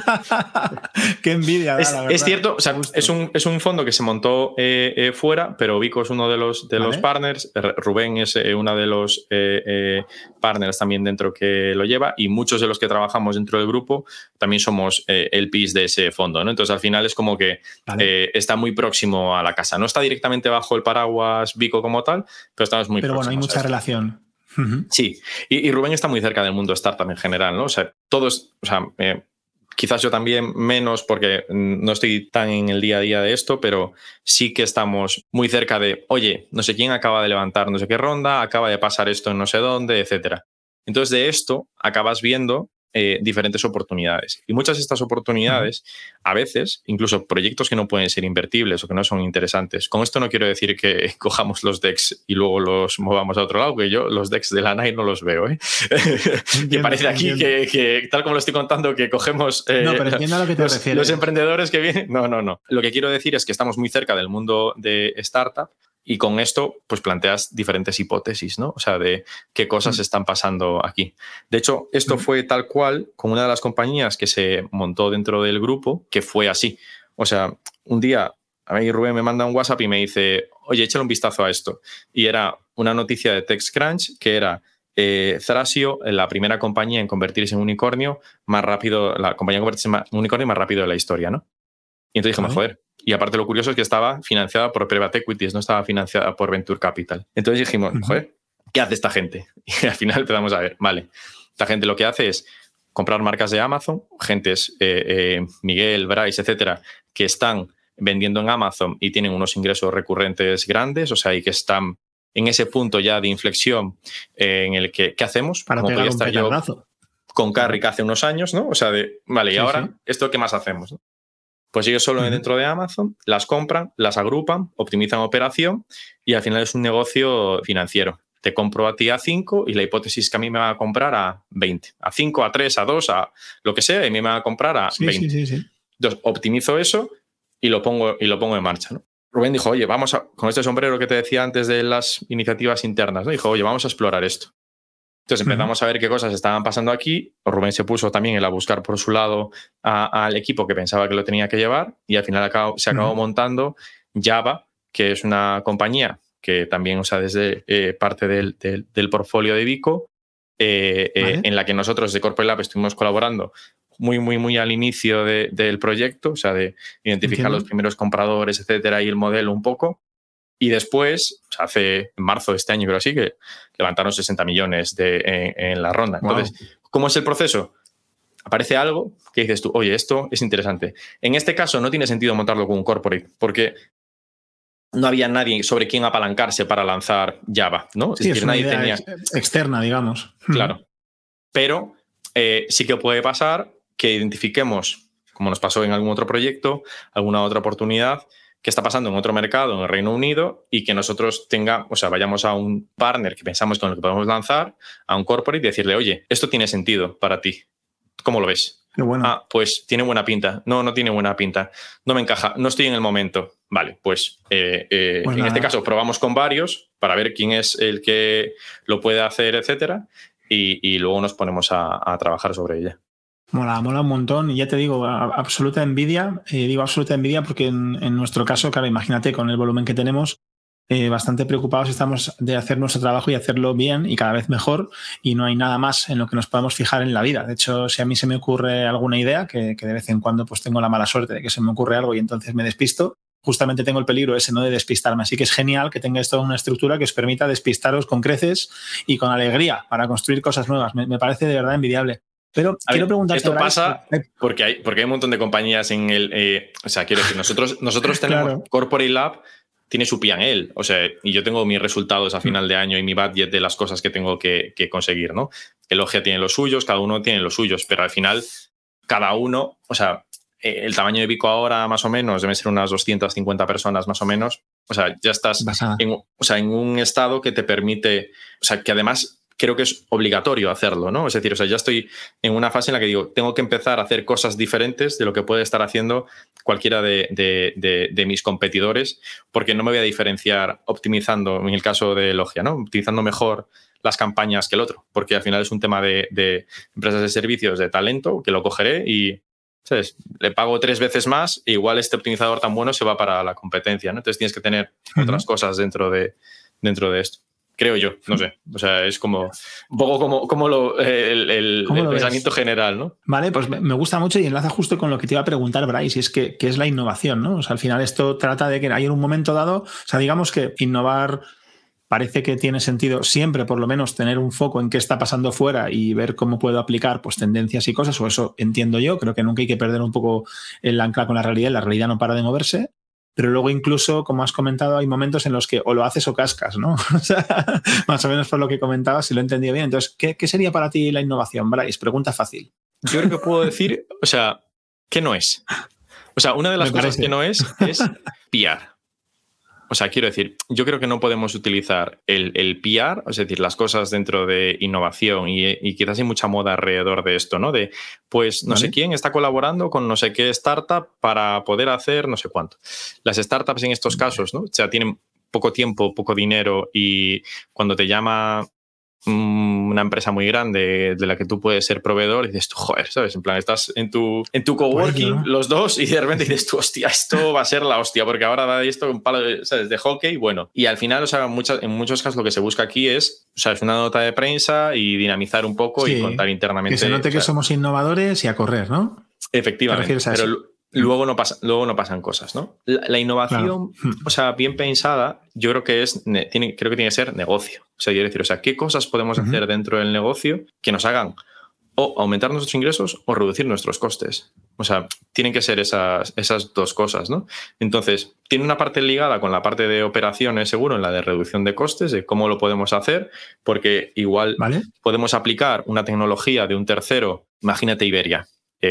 Speaker 1: Qué envidia.
Speaker 2: Es,
Speaker 1: da, la
Speaker 2: es cierto, o sea, es un, es un fondo que se montó eh, eh, fuera, pero Vico es uno de los, de ¿Vale? los partners. Rubén es eh, uno de los eh, eh, partners también dentro que lo lleva y muchos de los que trabajamos dentro del grupo también somos eh, L Ps de ese fondo, ¿no? Entonces, al final es como que vale. eh, está muy próximo a la casa. No está directamente bajo el paraguas Vico como tal, pero estamos muy
Speaker 1: pero
Speaker 2: próximos.
Speaker 1: Pero bueno, hay mucha relación.
Speaker 2: Uh-huh. Sí, y, y Rubén está muy cerca del mundo startup en general, ¿no? O sea, todos, o sea, eh, quizás yo también menos porque no estoy tan en el día a día de esto, pero sí que estamos muy cerca de, oye, no sé quién acaba de levantar no sé qué ronda, acaba de pasar esto en no sé dónde, etcétera. Entonces, de esto acabas viendo eh, diferentes oportunidades. Y muchas de estas oportunidades, uh-huh. a veces, incluso proyectos que no pueden ser invertibles o que no son interesantes. Con esto no quiero decir que cojamos los decks y luego los movamos a otro lado, que yo los decks de la N A I no los veo, ¿eh? Entiendo, que parece aquí que, que, tal como lo estoy contando, que cogemos eh,
Speaker 1: no, pero entiendo a lo que te
Speaker 2: los,
Speaker 1: refieres.
Speaker 2: los emprendedores que vienen. No, no, no. Lo que quiero decir es que estamos muy cerca del mundo de startup. Y con esto, pues planteas diferentes hipótesis, ¿no? O sea, de qué cosas mm. están pasando aquí. De hecho, esto mm. fue tal cual con una de las compañías que se montó dentro del grupo, que fue así. O sea, un día a mí Rubén me manda un WhatsApp y me dice, oye, échale un vistazo a esto. Y era una noticia de TechCrunch que era eh, Thrasio, la primera compañía en convertirse en unicornio más rápido, la compañía en convertirse en unicornio más rápido de la historia, ¿no? Y entonces dijimos, joder. Y aparte lo curioso es que estaba financiada por Private Equities, no estaba financiada por Venture Capital. Entonces dijimos, joder, ¿qué hace esta gente? Y al final empezamos a ver, vale, esta gente lo que hace es comprar marcas de Amazon, gentes, eh, eh, Miguel, Bryce, etcétera, que están vendiendo en Amazon y tienen unos ingresos recurrentes grandes, o sea, y que están en ese punto ya de inflexión eh, en el que, ¿qué hacemos?
Speaker 1: Para
Speaker 2: Como
Speaker 1: pegar un
Speaker 2: estar
Speaker 1: petardazo.
Speaker 2: Yo con Carrick hace unos años, ¿no? O sea, de, vale, y sí, ahora, sí. ¿esto qué más hacemos? ¿No? Pues ellos solo uh-huh. dentro de Amazon las compran, las agrupan, optimizan operación y al final es un negocio financiero. Te compro a ti a cinco y la hipótesis que a mí me va a comprar a veinte. A cinco, a tres, a dos, a lo que sea, y a mí me va a comprar a
Speaker 1: sí,
Speaker 2: veinte.
Speaker 1: Sí, sí, sí.
Speaker 2: Entonces, optimizo eso y lo pongo, y lo pongo en marcha, ¿no? Rubén dijo, oye, vamos a, con este sombrero que te decía antes de las iniciativas internas, ¿no? Dijo, oye, vamos a explorar esto. Entonces empezamos uh-huh. a ver qué cosas estaban pasando aquí. Rubén se puso también él a buscar por su lado a, al equipo que pensaba que lo tenía que llevar y al final acabó, se acabó uh-huh. montando Java, que es una compañía que también, o sea, desde eh, parte del, del, del portfolio de Vico, eh, ¿vale? eh, en la que nosotros de Corporate Lab estuvimos colaborando muy, muy, muy al inicio de, del proyecto, o sea, de identificar Entiendo. los primeros compradores, etcétera, y el modelo un poco. Y después, o sea, hace en marzo de este año, creo así, que levantaron sesenta millones de, en, en la ronda. Entonces, wow. ¿cómo es el proceso? Aparece algo que dices tú, oye, esto es interesante. En este caso no tiene sentido montarlo con un corporate, porque no había nadie sobre quién apalancarse para lanzar Java, ¿no?
Speaker 1: Sí,
Speaker 2: es decir,
Speaker 1: es una
Speaker 2: nadie
Speaker 1: idea
Speaker 2: tenía...
Speaker 1: ex- externa, digamos.
Speaker 2: Claro. Pero eh, sí que puede pasar que identifiquemos, como nos pasó en algún otro proyecto, alguna otra oportunidad, qué está pasando en otro mercado, en el Reino Unido, y que nosotros tenga, o sea, vayamos a un partner que pensamos con el que podemos lanzar, a un corporate y decirle, oye, esto tiene sentido para ti. ¿Cómo lo ves?
Speaker 1: Qué bueno.
Speaker 2: Ah, pues tiene buena pinta. No, no tiene buena pinta. No me encaja. No estoy en el momento. Vale, pues, eh, eh, pues en nada. Este caso probamos con varios para ver quién es el que lo puede hacer, etcétera, y, y luego nos ponemos a, a trabajar sobre ella.
Speaker 1: Mola, mola un montón. Y ya te digo, a, absoluta envidia. Eh, digo absoluta envidia porque en, en nuestro caso, claro, imagínate con el volumen que tenemos, eh, bastante preocupados estamos de hacer nuestro trabajo y hacerlo bien y cada vez mejor. Y no hay nada más en lo que nos podamos fijar en la vida. De hecho, si a mí se me ocurre alguna idea, que, que de vez en cuando pues tengo la mala suerte de que se me ocurre algo y entonces me despisto, justamente tengo el peligro ese, ¿no?, de despistarme. Así que es genial que tengáis toda una estructura que os permita despistaros con creces y con alegría para construir cosas nuevas. Me, me parece de verdad envidiable. Pero
Speaker 2: a
Speaker 1: quiero
Speaker 2: ver,
Speaker 1: preguntarte...
Speaker 2: esto
Speaker 1: ahora,
Speaker 2: pasa
Speaker 1: es...
Speaker 2: porque hay, porque hay un montón de compañías en el... Eh, o sea, quiero decir, nosotros, nosotros tenemos... Claro. Corporate Lab tiene su P and L, o sea, y yo tengo mis resultados a final de año y mi budget de las cosas que tengo que, que conseguir, ¿no? Elogia tiene los suyos, cada uno tiene los suyos, pero al final cada uno... O sea, el tamaño de Vico ahora más o menos deben ser unas doscientas cincuenta personas más o menos. O sea, ya estás en, o sea, en un estado que te permite... O sea, que además... creo que es obligatorio hacerlo, ¿no? Es decir, o sea, ya estoy en una fase en la que digo, tengo que empezar a hacer cosas diferentes de lo que puede estar haciendo cualquiera de, de, de, de mis competidores, porque no me voy a diferenciar optimizando, en el caso de Elogia, ¿no? Utilizando mejor las campañas que el otro, porque al final es un tema de, de empresas de servicios de talento que lo cogeré y, ¿sabes?, le pago tres veces más e igual este optimizador tan bueno se va para la competencia, ¿no? Entonces tienes que tener uh-huh. otras cosas dentro de, dentro de esto. Creo yo, no sé. O sea, es como un poco como, como lo, el, el, el pensamiento ves? General, ¿no?
Speaker 1: Vale, pues me gusta mucho y enlaza justo con lo que te iba a preguntar, Bryce, y es que, que es la innovación, ¿no? O sea, al final esto trata de que hay en un momento dado, o sea, digamos que innovar parece que tiene sentido siempre, por lo menos, tener un foco en qué está pasando fuera y ver cómo puedo aplicar pues tendencias y cosas, o eso entiendo yo. Creo que nunca hay que perder un poco el ancla con la realidad, la realidad no para de moverse. Pero luego incluso, como has comentado, hay momentos en los que o lo haces o cascas, ¿no? O sea, más o menos por lo que comentabas, si lo he entendido bien. Entonces, ¿qué, qué sería para ti la innovación, Bryce? Pregunta fácil.
Speaker 2: Yo creo que puedo decir, o sea, ¿qué no es? O sea, una de las Me cosas parece. que no es es P R. O sea, quiero decir, yo creo que no podemos utilizar el, el P R, es decir, las cosas dentro de innovación y, y quizás hay mucha moda alrededor de esto, ¿no? De, pues, no ¿Vale? sé quién está colaborando con no sé qué startup para poder hacer no sé cuánto. Las startups en estos casos, ¿no? O sea, tienen poco tiempo, poco dinero y cuando te llama una empresa muy grande de la que tú puedes ser proveedor y dices tú, joder, ¿sabes? En plan, estás en tu, en tu coworking, pues, ¿no? Los dos, y de repente dices tú, hostia, esto va a ser la hostia, porque ahora da esto un palo de, ¿sabes?, de hockey, bueno. Y al final, o sea, muchas, en muchos casos lo que se busca aquí es, o sea, es una nota de prensa y dinamizar un poco sí, y contar internamente.
Speaker 1: Que se note o sea, que somos innovadores y a correr, ¿no?
Speaker 2: Efectivamente, pero luego no, pasa, luego no pasan cosas, ¿no? La, la innovación, claro. o sea, bien pensada, yo creo que es, tiene, creo que tiene que ser negocio. O sea, quiero decir, o sea, ¿qué cosas podemos uh-huh. hacer dentro del negocio que nos hagan o aumentar nuestros ingresos o reducir nuestros costes? O sea, tienen que ser esas, esas dos cosas, ¿no? Entonces, tiene una parte ligada con la parte de operaciones, seguro, en la de reducción de costes, de cómo lo podemos hacer, porque igual ¿Vale? podemos aplicar una tecnología de un tercero, imagínate Iberia.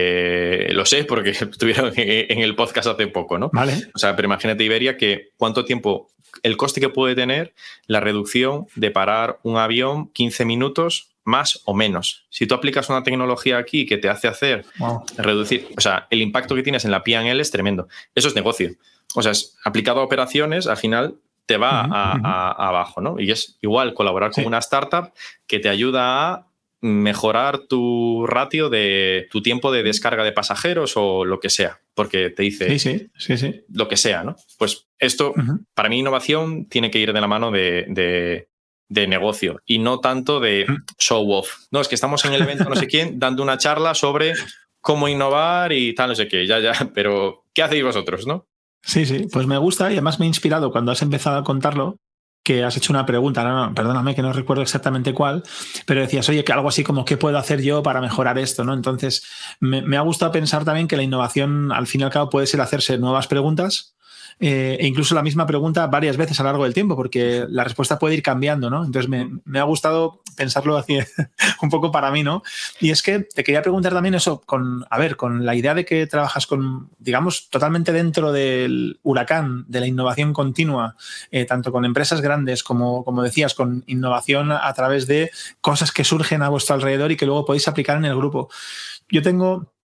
Speaker 2: Eh, lo sé porque estuvieron en el podcast hace poco, ¿no?
Speaker 1: Vale.
Speaker 2: O sea, pero imagínate, Iberia, que cuánto tiempo, el coste que puede tener la reducción de parar un avión quince minutos más o menos. Si tú aplicas una tecnología aquí que te hace hacer, wow. reducir, o sea, el impacto que tienes en la P and L es tremendo. Eso es negocio. O sea, es aplicado a operaciones, al final te va uh-huh, a, uh-huh. a, a abajo, ¿no? Y es igual colaborar sí. con una startup que te ayuda a mejorar tu ratio de tu tiempo de descarga de pasajeros o lo que sea, porque te dice
Speaker 1: sí, sí, sí, sí.
Speaker 2: lo que sea, ¿no? Pues esto, uh-huh. para mí, innovación tiene que ir de la mano de, de, de negocio y no tanto de uh-huh. show off. No, es que estamos en el evento no sé quién dando una charla sobre cómo innovar y tal, no sé qué, ya, ya, pero ¿qué hacéis vosotros, no?
Speaker 1: Sí, sí, pues me gusta y además me ha inspirado cuando has empezado a contarlo, que has hecho una pregunta, no, no, perdóname que no recuerdo exactamente cuál, pero decías, oye, que algo así como ¿qué puedo hacer yo para mejorar esto?, ¿no? Entonces, me, me ha gustado pensar también que la innovación, al fin y al cabo, puede ser hacerse nuevas preguntas eh, e incluso la misma pregunta varias veces a lo largo del tiempo, porque la respuesta puede ir cambiando, ¿no? Entonces, me, me ha gustado pensarlo así un poco para mí, ¿no? Y es que te quería preguntar también eso, con, a ver, con la idea de que trabajas con, digamos, totalmente dentro del huracán de la innovación continua, eh, tanto con empresas grandes como, como decías, con innovación a través de cosas que surgen a vuestro alrededor y que luego podéis aplicar en el grupo. Yo tengo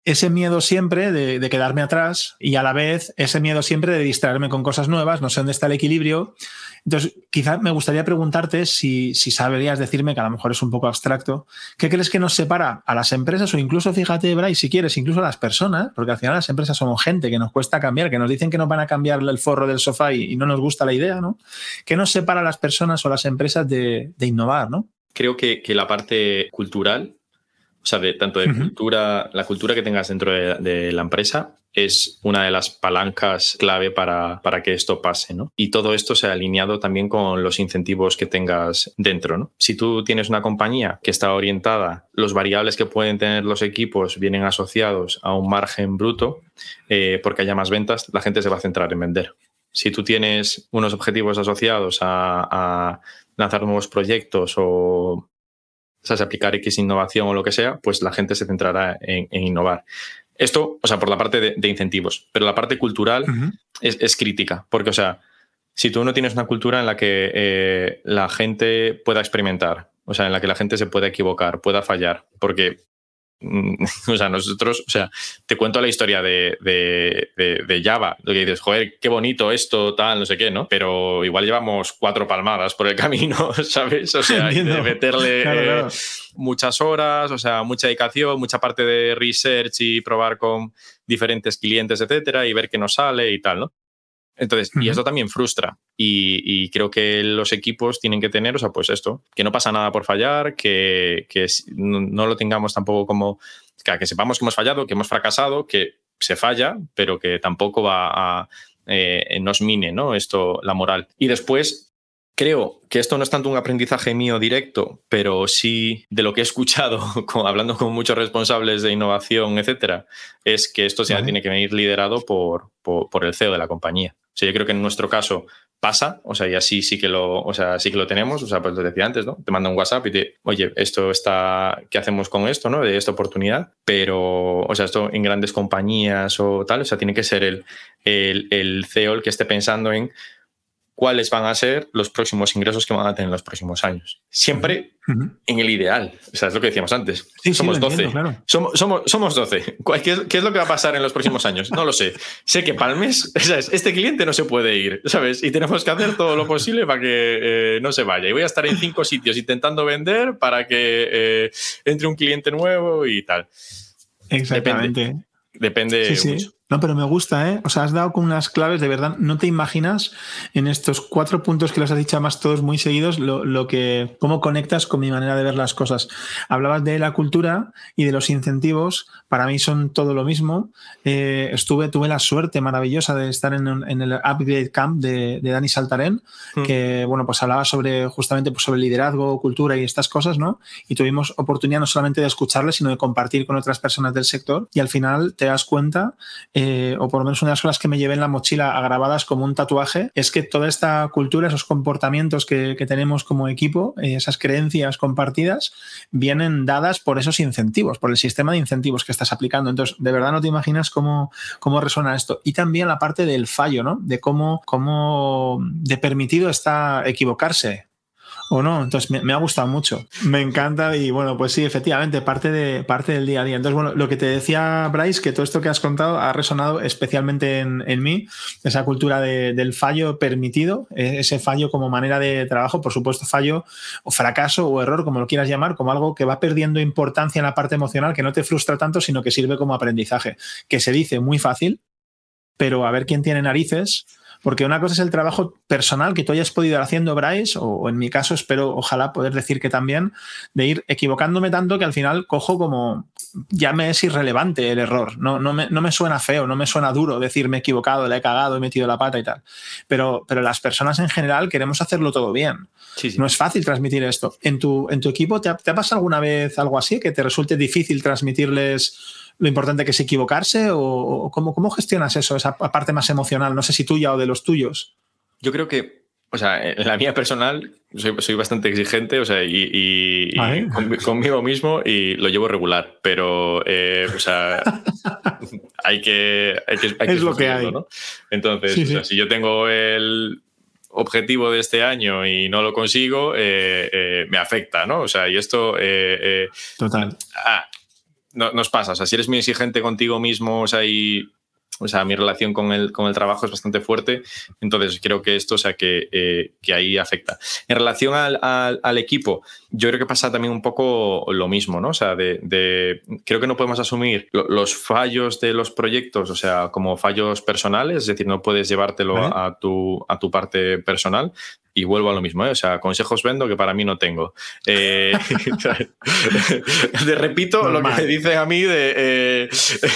Speaker 1: ese miedo siempre de, de quedarme atrás y a la vez ese miedo siempre de distraerme con cosas nuevas, no sé dónde está el equilibrio. Entonces, quizás me gustaría preguntarte si, si sabrías decirme, que a lo mejor es un poco abstracto, ¿qué crees que nos separa a las empresas o incluso, fíjate, Bryce, si quieres, incluso a las personas? Porque al final las empresas somos gente que nos cuesta cambiar, que nos dicen que nos van a cambiar el forro del sofá y, y no nos gusta la idea, ¿no? ¿Qué nos separa a las personas o las empresas de, de innovar, ¿no?
Speaker 2: Creo que, que la parte cultural, o sea, de, tanto de uh-huh. cultura, la cultura que tengas dentro de, de la empresa es una de las palancas clave para, para que esto pase, ¿no? Y todo esto se ha alineado también con los incentivos que tengas dentro, ¿no? Si tú tienes una compañía que está orientada, los variables que pueden tener los equipos vienen asociados a un margen bruto, eh, porque haya más ventas, la gente se va a centrar en vender. Si tú tienes unos objetivos asociados a, a lanzar nuevos proyectos o, o sea, aplicar X innovación o lo que sea, pues la gente se centrará en, en innovar. Esto, o sea, por la parte de, de incentivos, pero la parte cultural uh-huh. es, es crítica, porque, o sea, si tú no tienes una cultura en la que eh, la gente pueda experimentar, o sea, en la que la gente se pueda equivocar, pueda fallar, porque, mm, o sea, nosotros, o sea, te cuento la historia de, de, de, de Java, lo que dices, joder, qué bonito esto, tal, no sé qué, ¿no? Pero igual llevamos cuatro palmadas por el camino, ¿sabes? O sea, hay de meterle claro, claro. Eh, muchas horas, o sea, mucha dedicación, mucha parte de research y probar con diferentes clientes, etcétera, y ver qué nos sale y tal, ¿no? Entonces, uh-huh. y eso también frustra. Y, y creo que los equipos tienen que tener, o sea, pues esto, que no pasa nada por fallar, que, que no, no lo tengamos tampoco como, que, que sepamos que hemos fallado, que hemos fracasado, que se falla, pero que tampoco va a eh, nos mine, ¿no? Esto, la moral. Y después, creo que esto no es tanto un aprendizaje mío directo, pero sí de lo que he escuchado, con, hablando con muchos responsables de innovación, etcétera, es que esto ya tiene que venir liderado por, por, por el C E O de la compañía. O sea, yo creo que en nuestro caso pasa, o sea, y así sí que lo, o sea, sí que lo tenemos, o sea, pues lo decía antes, ¿no? Te manda un WhatsApp y te, oye, esto está, ¿qué hacemos con esto, no? De esta oportunidad, pero, o sea, esto en grandes compañías o tal, o sea, tiene que ser el, el, el C E O el que esté pensando en cuáles van a ser los próximos ingresos que van a tener en los próximos años. Siempre uh-huh. en el ideal. O sea, es lo que decíamos antes. Sí, somos sí, doce. Entiendo, claro. Somos, somos, somos doce. ¿Qué es, ¿Qué es lo que va a pasar en los próximos años? No lo sé. Sé que para el mes, ¿sabes? Este cliente no se puede ir, ¿sabes? Y tenemos que hacer todo lo posible para que eh, no se vaya. Y voy a estar en cinco sitios intentando vender para que eh, entre un cliente nuevo y tal.
Speaker 1: Exactamente.
Speaker 2: Depende, depende
Speaker 1: sí, sí.
Speaker 2: mucho.
Speaker 1: No, pero me gusta, ¿eh? O sea, has dado con unas claves, de verdad, no te imaginas en estos cuatro puntos que los has dicho además todos muy seguidos, lo, lo que, cómo conectas con mi manera de ver las cosas. Hablabas de la cultura y de los incentivos, para mí son todo lo mismo. Eh, estuve, tuve la suerte maravillosa de estar en, en el Upgrade Camp de, de Dani Saltarén, mm. que, bueno, pues hablaba sobre, justamente, pues sobre liderazgo, cultura y estas cosas, ¿no? Y tuvimos oportunidad no solamente de escucharle, sino de compartir con otras personas del sector, y al final te das cuenta, Eh, o por lo menos una de las cosas que me llevé en la mochila grabadas como un tatuaje, es que toda esta cultura, esos comportamientos que, que tenemos como equipo, eh, esas creencias compartidas, vienen dadas por esos incentivos, por el sistema de incentivos que estás aplicando. Entonces, de verdad no te imaginas cómo, cómo resuena esto. Y también la parte del fallo, ¿no? De cómo, cómo de permitido está equivocarse. ¿O no? Entonces me, me ha gustado mucho. Me encanta y bueno, pues sí, efectivamente, parte, de, parte del día a día. Entonces, bueno, lo que te decía Bryce, que todo esto que has contado ha resonado especialmente en, en mí, esa cultura de, del fallo permitido, ese fallo como manera de trabajo, por supuesto, fallo o fracaso o error, como lo quieras llamar, como algo que va perdiendo importancia en la parte emocional, que no te frustra tanto, sino que sirve como aprendizaje, que se dice muy fácil, pero a ver quién tiene narices. Porque una cosa es el trabajo personal que tú hayas podido ir haciendo, Bryce, o, o en mi caso espero, ojalá poder decir que también, de ir equivocándome tanto que al final cojo como, ya me es irrelevante el error, no, no, me, no me suena feo, no me suena duro decir me he equivocado, le he cagado, he metido la pata y tal. Pero, pero las personas en general queremos hacerlo todo bien. Sí, sí. No es fácil transmitir esto. ¿En tu, en tu equipo te ha, te ha pasado alguna vez algo así, que te resulte difícil transmitirles lo importante que es equivocarse, o, o cómo, cómo gestionas eso, esa parte más emocional, no sé si tuya o de los tuyos?
Speaker 2: Yo creo que, o sea, en la mía personal soy, soy bastante exigente, o sea, y, y, y con, conmigo mismo, y lo llevo regular, pero, eh, o sea, hay que, hay que, hay que
Speaker 1: es lo que hay,
Speaker 2: ¿no? Entonces,
Speaker 1: sí,
Speaker 2: o sea,
Speaker 1: sí.
Speaker 2: si yo tengo el objetivo de este año y no lo consigo, eh, eh, me afecta, ¿no? O sea, y esto... Eh, eh,
Speaker 1: Total.
Speaker 2: Ah, no, nos pasa. O sea, si eres muy exigente contigo mismo, o sea, y, o sea mi relación con el, con el trabajo es bastante fuerte. Entonces, creo que esto, o sea, que, eh, que ahí afecta. En relación al, al, al equipo, yo creo que pasa también un poco lo mismo, ¿no? O sea, de, de, creo que no podemos asumir lo, los fallos de los proyectos, o sea, como fallos personales, es decir, no puedes llevártelo ¿Vale? a, tu, a tu parte personal. Y vuelvo a lo mismo, ¿eh? O sea, consejos vendo que para mí no tengo. Eh, te repito Normal. Lo que me dicen a mí de... Eh,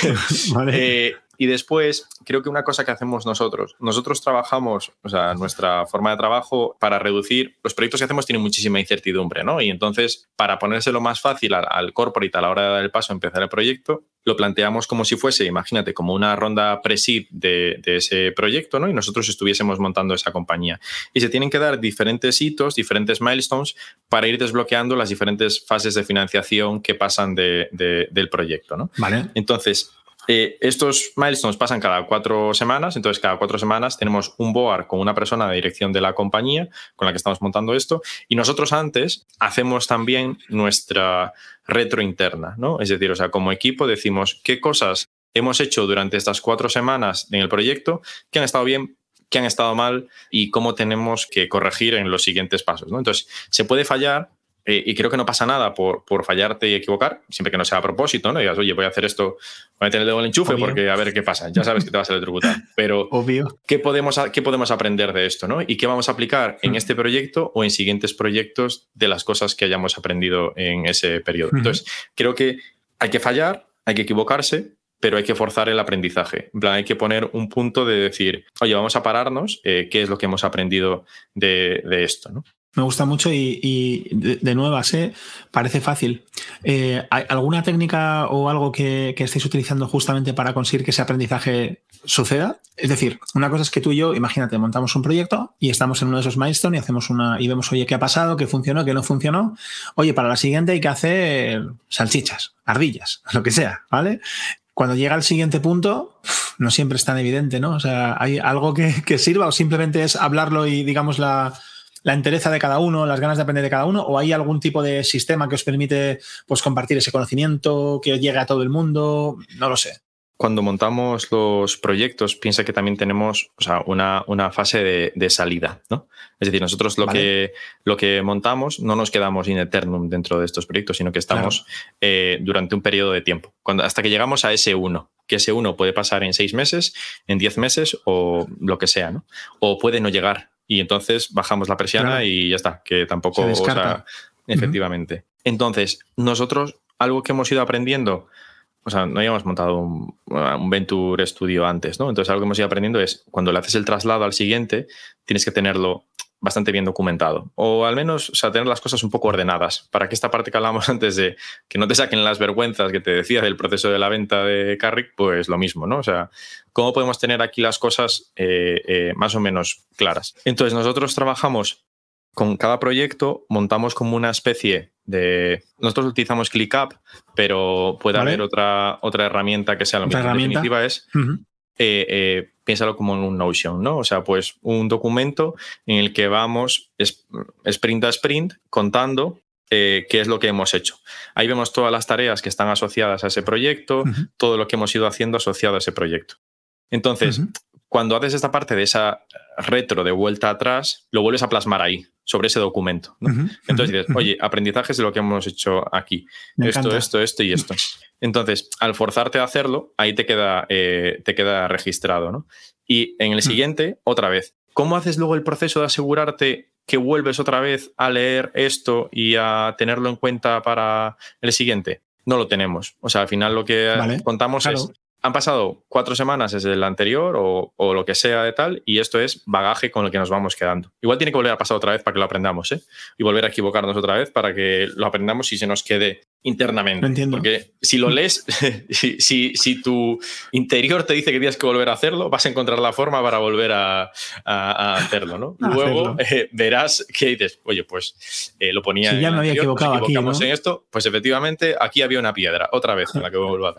Speaker 2: vale. eh, y después, creo que una cosa que hacemos nosotros, nosotros trabajamos, o sea, nuestra forma de trabajo para reducir, los proyectos que hacemos tienen muchísima incertidumbre, ¿no? Y entonces, para ponérselo más fácil al, al corporate a la hora de dar el paso a empezar el proyecto, lo planteamos como si fuese, imagínate, como una ronda pre-seed de, de ese proyecto, ¿no? Y nosotros estuviésemos montando esa compañía. Y se tienen que dar diferentes hitos, diferentes milestones para ir desbloqueando las diferentes fases de financiación que pasan de, de, del proyecto, ¿no?
Speaker 1: Vale.
Speaker 2: Entonces, Eh, estos milestones pasan cada cuatro semanas, entonces cada cuatro semanas tenemos un board con una persona de dirección de la compañía con la que estamos montando esto y nosotros antes hacemos también nuestra retro interna, ¿no? Es decir, o sea, como equipo decimos qué cosas hemos hecho durante estas cuatro semanas en el proyecto que han estado bien, que han estado mal y cómo tenemos que corregir en los siguientes pasos, ¿no? Entonces, se puede fallar. Eh, y creo que no pasa nada por, por fallarte y equivocar, siempre que no sea a propósito, ¿no? Y digas, oye, voy a hacer esto, voy a tener el dedo en el enchufe Obvio. Porque a ver qué pasa. Ya sabes que te vas a electrocutar. Pero,
Speaker 1: Obvio.
Speaker 2: ¿qué podemos, ¿qué podemos aprender de esto, ¿no? Y qué vamos a aplicar en este proyecto o en siguientes proyectos de las cosas que hayamos aprendido en ese periodo? Uh-huh. Entonces, creo que hay que fallar, hay que equivocarse, pero hay que forzar el aprendizaje. En plan, hay que poner un punto de decir, oye, vamos a pararnos, eh, ¿qué es lo que hemos aprendido de, de esto, ¿no?
Speaker 1: Me gusta mucho y, y de, de nuevas, ¿eh? Parece fácil. Eh, ¿Hay alguna técnica o algo que, que estéis utilizando justamente para conseguir que ese aprendizaje suceda? Es decir, una cosa es que tú y yo, imagínate, montamos un proyecto y estamos en uno de esos milestones y hacemos una y vemos, oye, ¿qué ha pasado? ¿Qué funcionó? ¿Qué no funcionó? Oye, para la siguiente hay que hacer salchichas, ardillas, lo que sea, ¿vale? Cuando llega al siguiente punto, no siempre es tan evidente, ¿no? O sea, ¿hay algo que, que sirva o simplemente es hablarlo y, digamos, la... la entereza de cada uno, las ganas de aprender de cada uno, o hay algún tipo de sistema que os permite pues, compartir ese conocimiento, que llegue a todo el mundo? No lo sé.
Speaker 2: Cuando montamos los proyectos, piensa que también tenemos o sea, una, una fase de, de salida, ¿no? Es decir, nosotros lo, vale. que, lo que montamos no nos quedamos in eternum dentro de estos proyectos, sino que estamos claro. eh, durante un periodo de tiempo, cuando, hasta que llegamos a ese uno, que ese uno puede pasar en seis meses, en diez meses o lo que sea, ¿no? O puede no llegar. Y entonces bajamos la persiana claro. y ya está, que tampoco...
Speaker 1: Se descarta.
Speaker 2: O sea, efectivamente. Uh-huh. Entonces, nosotros, algo que hemos ido aprendiendo, o sea, no habíamos montado un, un Venture Studio antes, ¿no? Entonces, algo que hemos ido aprendiendo es, cuando le haces el traslado al siguiente, tienes que tenerlo bastante bien documentado. O al menos, o sea, tener las cosas un poco ordenadas, para que esta parte que hablábamos antes de que no te saquen las vergüenzas que te decía del proceso de la venta de Carrick, pues lo mismo, ¿no? O sea, ¿cómo podemos tener aquí las cosas eh, eh, más o menos claras? Entonces, nosotros trabajamos con cada proyecto, montamos como una especie de... Nosotros utilizamos ClickUp, pero puede ¿Vale? haber otra, otra herramienta que sea lo mismo. En definitiva es... Uh-huh. Eh, eh, piénsalo como en un Notion, ¿no? O sea, pues un documento en el que vamos sprint a sprint contando eh, qué es lo que hemos hecho. Ahí vemos todas las tareas que están asociadas a ese proyecto, uh-huh. todo lo que hemos ido haciendo asociado a ese proyecto. Entonces, uh-huh. cuando haces esta parte de esa retro de vuelta atrás, lo vuelves a plasmar ahí, sobre ese documento, ¿no? Uh-huh. Entonces dices, oye, aprendizajes de lo que hemos hecho aquí. Me esto, encanta. esto, esto y esto. Entonces, al forzarte a hacerlo, ahí te queda, eh, te queda registrado, ¿no? Y en el siguiente, uh-huh. otra vez. ¿Cómo haces luego el proceso de asegurarte que vuelves otra vez a leer esto y a tenerlo en cuenta para el siguiente? No lo tenemos. O sea, al final lo que vale. contamos claro. es... Han pasado cuatro semanas desde el anterior o, o lo que sea de tal y esto es bagaje con el que nos vamos quedando. Igual tiene que volver a pasar otra vez para que lo aprendamos, ¿eh? Y volver a equivocarnos otra vez para que lo aprendamos y se nos quede internamente.
Speaker 1: No entiendo.
Speaker 2: Porque si lo lees, si, si, si tu interior te dice que tienes que volver a hacerlo, vas a encontrar la forma para volver a, a, a hacerlo, ¿no? A Luego eh, verás que dices, oye, pues eh, lo ponía
Speaker 1: si
Speaker 2: en
Speaker 1: ya
Speaker 2: el
Speaker 1: me había
Speaker 2: anterior,
Speaker 1: equivocado
Speaker 2: nos equivocamos
Speaker 1: aquí, ¿no?
Speaker 2: en esto, pues efectivamente aquí había una piedra, otra vez en la que vuelvo a dar.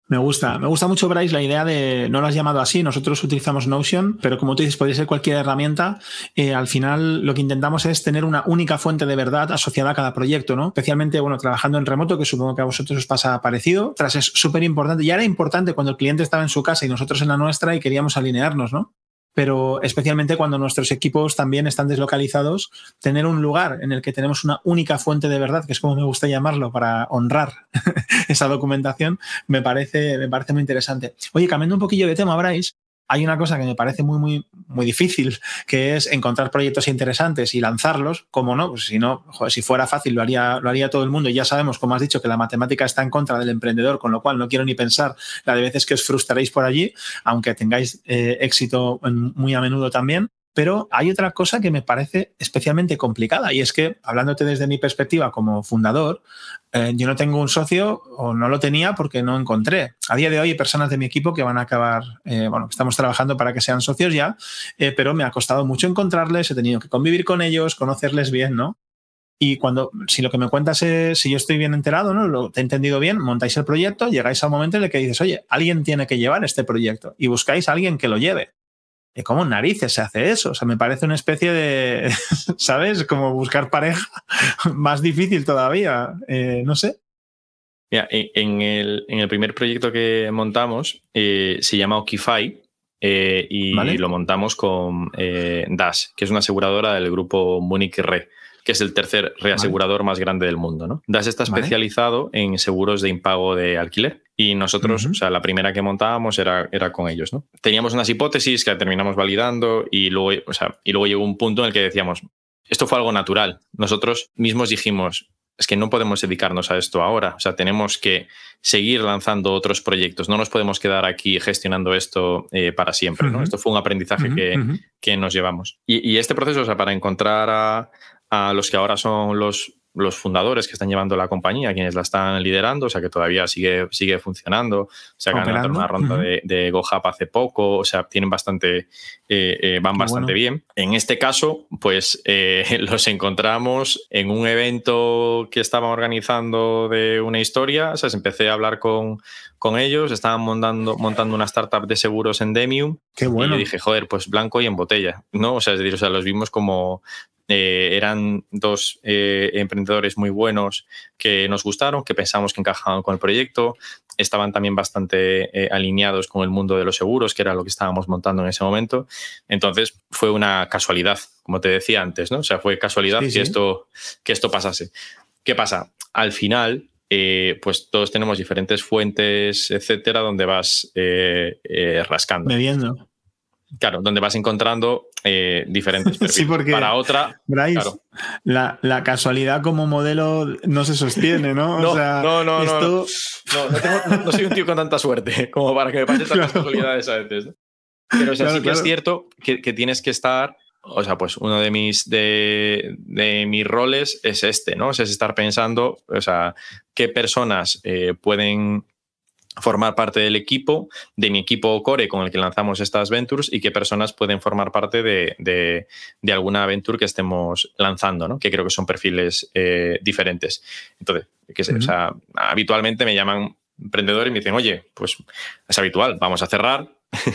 Speaker 1: Me gusta, me gusta mucho, Bryce, la idea de, no lo has llamado así, nosotros utilizamos Notion, pero como tú dices, podría ser cualquier herramienta. Eh, al final lo que intentamos es tener una única fuente de verdad asociada a cada proyecto, ¿no? Especialmente, bueno, trabajando en remoto, que supongo que a vosotros os pasa parecido. Tras es súper importante, ya era importante cuando el cliente estaba en su casa y nosotros en la nuestra y queríamos alinearnos, ¿no? Pero especialmente cuando nuestros equipos también están deslocalizados, tener un lugar en el que tenemos una única fuente de verdad, que es como me gusta llamarlo, para honrar esa documentación, me parece, me parece muy interesante. Oye, cambiando un poquillo de tema, Bryce, hay una cosa que me parece muy, muy, muy difícil, que es encontrar proyectos interesantes y lanzarlos. ¿Cómo no? Pues si no, joder, si fuera fácil, lo haría, lo haría todo el mundo. Y ya sabemos, como has dicho, que la matemática está en contra del emprendedor, con lo cual no quiero ni pensar la de veces que os frustraréis por allí, aunque tengáis eh, éxito muy a menudo también. Pero hay otra cosa que me parece especialmente complicada, y es que, hablándote desde mi perspectiva como fundador, eh, yo no tengo un socio, o no lo tenía porque no encontré. A día de hoy hay personas de mi equipo que van a acabar, eh, bueno, estamos trabajando para que sean socios ya, eh, pero me ha costado mucho encontrarles, he tenido que convivir con ellos, conocerles bien, ¿no? Y cuando, si lo que me cuentas es, si yo estoy bien enterado, ¿no? Lo, te he entendido bien, montáis el proyecto, llegáis al momento en el que dices, oye, alguien tiene que llevar este proyecto, y buscáis a alguien que lo lleve. ¿Cómo narices se hace eso? O sea, me parece una especie de, ¿sabes? Como buscar pareja, más difícil todavía. Eh, no sé.
Speaker 2: Mira, en el, en el primer proyecto que montamos eh, se llama Okify eh, y ¿vale? Lo montamos con eh, Dash, que es una aseguradora del grupo Munich Re, que es el tercer reasegurador ¿vale? Más grande del mundo, ¿no? Dash está especializado ¿vale? En seguros de impago de alquiler y nosotros, uh-huh. o sea, la primera que montábamos era, era con ellos, ¿no? Teníamos unas hipótesis que terminamos validando y luego, o sea, y luego llegó un punto en el que decíamos, esto fue algo natural. Nosotros mismos dijimos, es que no podemos dedicarnos a esto ahora, o sea, tenemos que seguir lanzando otros proyectos, no nos podemos quedar aquí gestionando esto eh, para siempre, ¿no? Uh-huh. Esto fue un aprendizaje uh-huh. que, uh-huh. que nos llevamos. Y, y este proceso, o sea, para encontrar a a los que ahora son los, los fundadores que están llevando la compañía, quienes la están liderando, o sea, que todavía sigue, sigue funcionando. O sea, que ganaron una ronda uh-huh. de, de GoHub hace poco, o sea, tienen bastante, eh, eh, van Qué bastante bueno. bien. En este caso, pues eh, los encontramos en un evento que estaban organizando de una historia, o sea, empecé a hablar con, con ellos, estaban montando, montando una startup de seguros en Demium.
Speaker 1: Qué bueno.
Speaker 2: Y yo dije, joder, pues blanco y en botella, ¿no? O sea, es decir, o sea, los vimos como... Eh, eran dos eh, emprendedores muy buenos que nos gustaron, que pensamos que encajaban con el proyecto, estaban también bastante eh, alineados con el mundo de los seguros, que era lo que estábamos montando en ese momento. Entonces fue una casualidad, como te decía antes, ¿no? O sea, fue casualidad sí, que, sí. Esto, que esto pasase. ¿Qué pasa? Al final, eh, pues todos tenemos diferentes fuentes, etcétera, donde vas eh, eh, rascando.
Speaker 1: Bebiendo.
Speaker 2: Claro, donde vas encontrando eh, diferentes perfiles.
Speaker 1: Sí, porque,
Speaker 2: para otra,
Speaker 1: Bryce,
Speaker 2: claro.
Speaker 1: la, la casualidad como modelo no se sostiene, ¿no?
Speaker 2: no,
Speaker 1: o sea,
Speaker 2: no, no,
Speaker 1: esto...
Speaker 2: no, no, no, tengo, no, no soy un tío con tanta suerte como para que me pasen tantas claro. casualidades a veces, ¿no? Pero o sea, claro, sí que claro. es cierto que, que tienes que estar... O sea, pues uno de mis, de, de mis roles es este, ¿no? O sea, es estar pensando, o sea, qué personas eh, pueden... formar parte del equipo, de mi equipo core con el que lanzamos estas ventures y qué personas pueden formar parte de, de, de alguna venture que estemos lanzando, ¿no? Que creo que son perfiles eh, diferentes. Entonces, qué sé, uh-huh. o sea, habitualmente me llaman emprendedores y me dicen, oye, pues es habitual, vamos a cerrar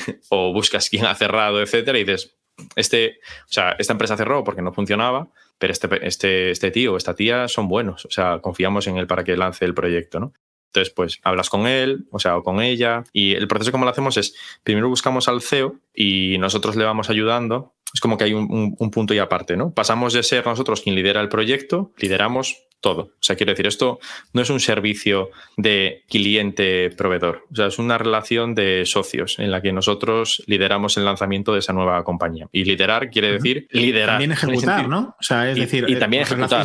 Speaker 2: o buscas quién ha cerrado, etcétera, y dices, este, o sea, esta empresa cerró porque no funcionaba, pero este, este, este tío o esta tía son buenos, o sea, confiamos en él para que lance el proyecto, ¿no? Entonces, pues hablas con él, o sea, o con ella, y el proceso como lo hacemos es, primero buscamos al C E O y nosotros le vamos ayudando. Es como que hay un, un, un punto y aparte, ¿no? Pasamos de ser nosotros quien lidera el proyecto, lideramos todo. O sea, quiero decir, esto no es un servicio de cliente-proveedor. O sea, es una relación de socios en la que nosotros lideramos el lanzamiento de esa nueva compañía. Y liderar quiere decir liderar.
Speaker 1: También ejecutar, ¿no? O sea, es
Speaker 2: y,
Speaker 1: decir...
Speaker 2: Y también ejecutar.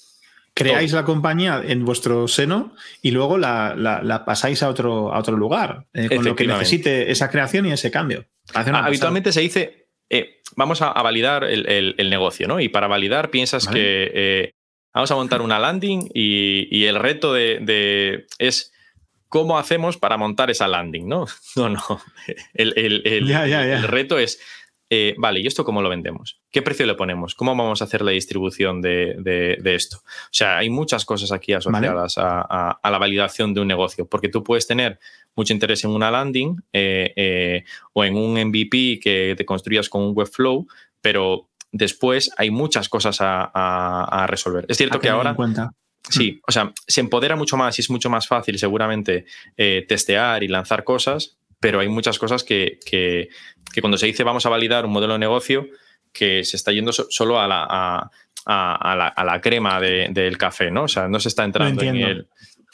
Speaker 1: Creáis
Speaker 2: todo.
Speaker 1: La compañía en vuestro seno y luego la, la, la pasáis a otro, a otro lugar, eh, con lo que necesite esa creación y ese cambio.
Speaker 2: Ah, habitualmente se dice, eh, vamos a, a validar el, el, el negocio, ¿no? Y para validar piensas vale. que eh, vamos a montar una landing y, y el reto de, de es cómo hacemos para montar esa landing, ¿no? No, no. El, el, el,
Speaker 1: ya, ya, ya.
Speaker 2: el reto es eh, vale, ¿y esto cómo lo vendemos? ¿Qué precio le ponemos? ¿Cómo vamos a hacer la distribución de, de, de esto? O sea, hay muchas cosas aquí asociadas vale. a, a, a la validación de un negocio, porque tú puedes tener mucho interés en una landing eh, eh, o en un M V P que te construyas con un Webflow, pero después hay muchas cosas a, a, a resolver. Es cierto que ahora... Sí, o sea, se empodera mucho más y es mucho más fácil seguramente eh, testear y lanzar cosas, pero hay muchas cosas que, que, que cuando se dice vamos a validar un modelo de negocio que se está yendo so, solo a la, a, a, a, la, a la crema de, del café, ¿no? O sea, no se está entrando en el...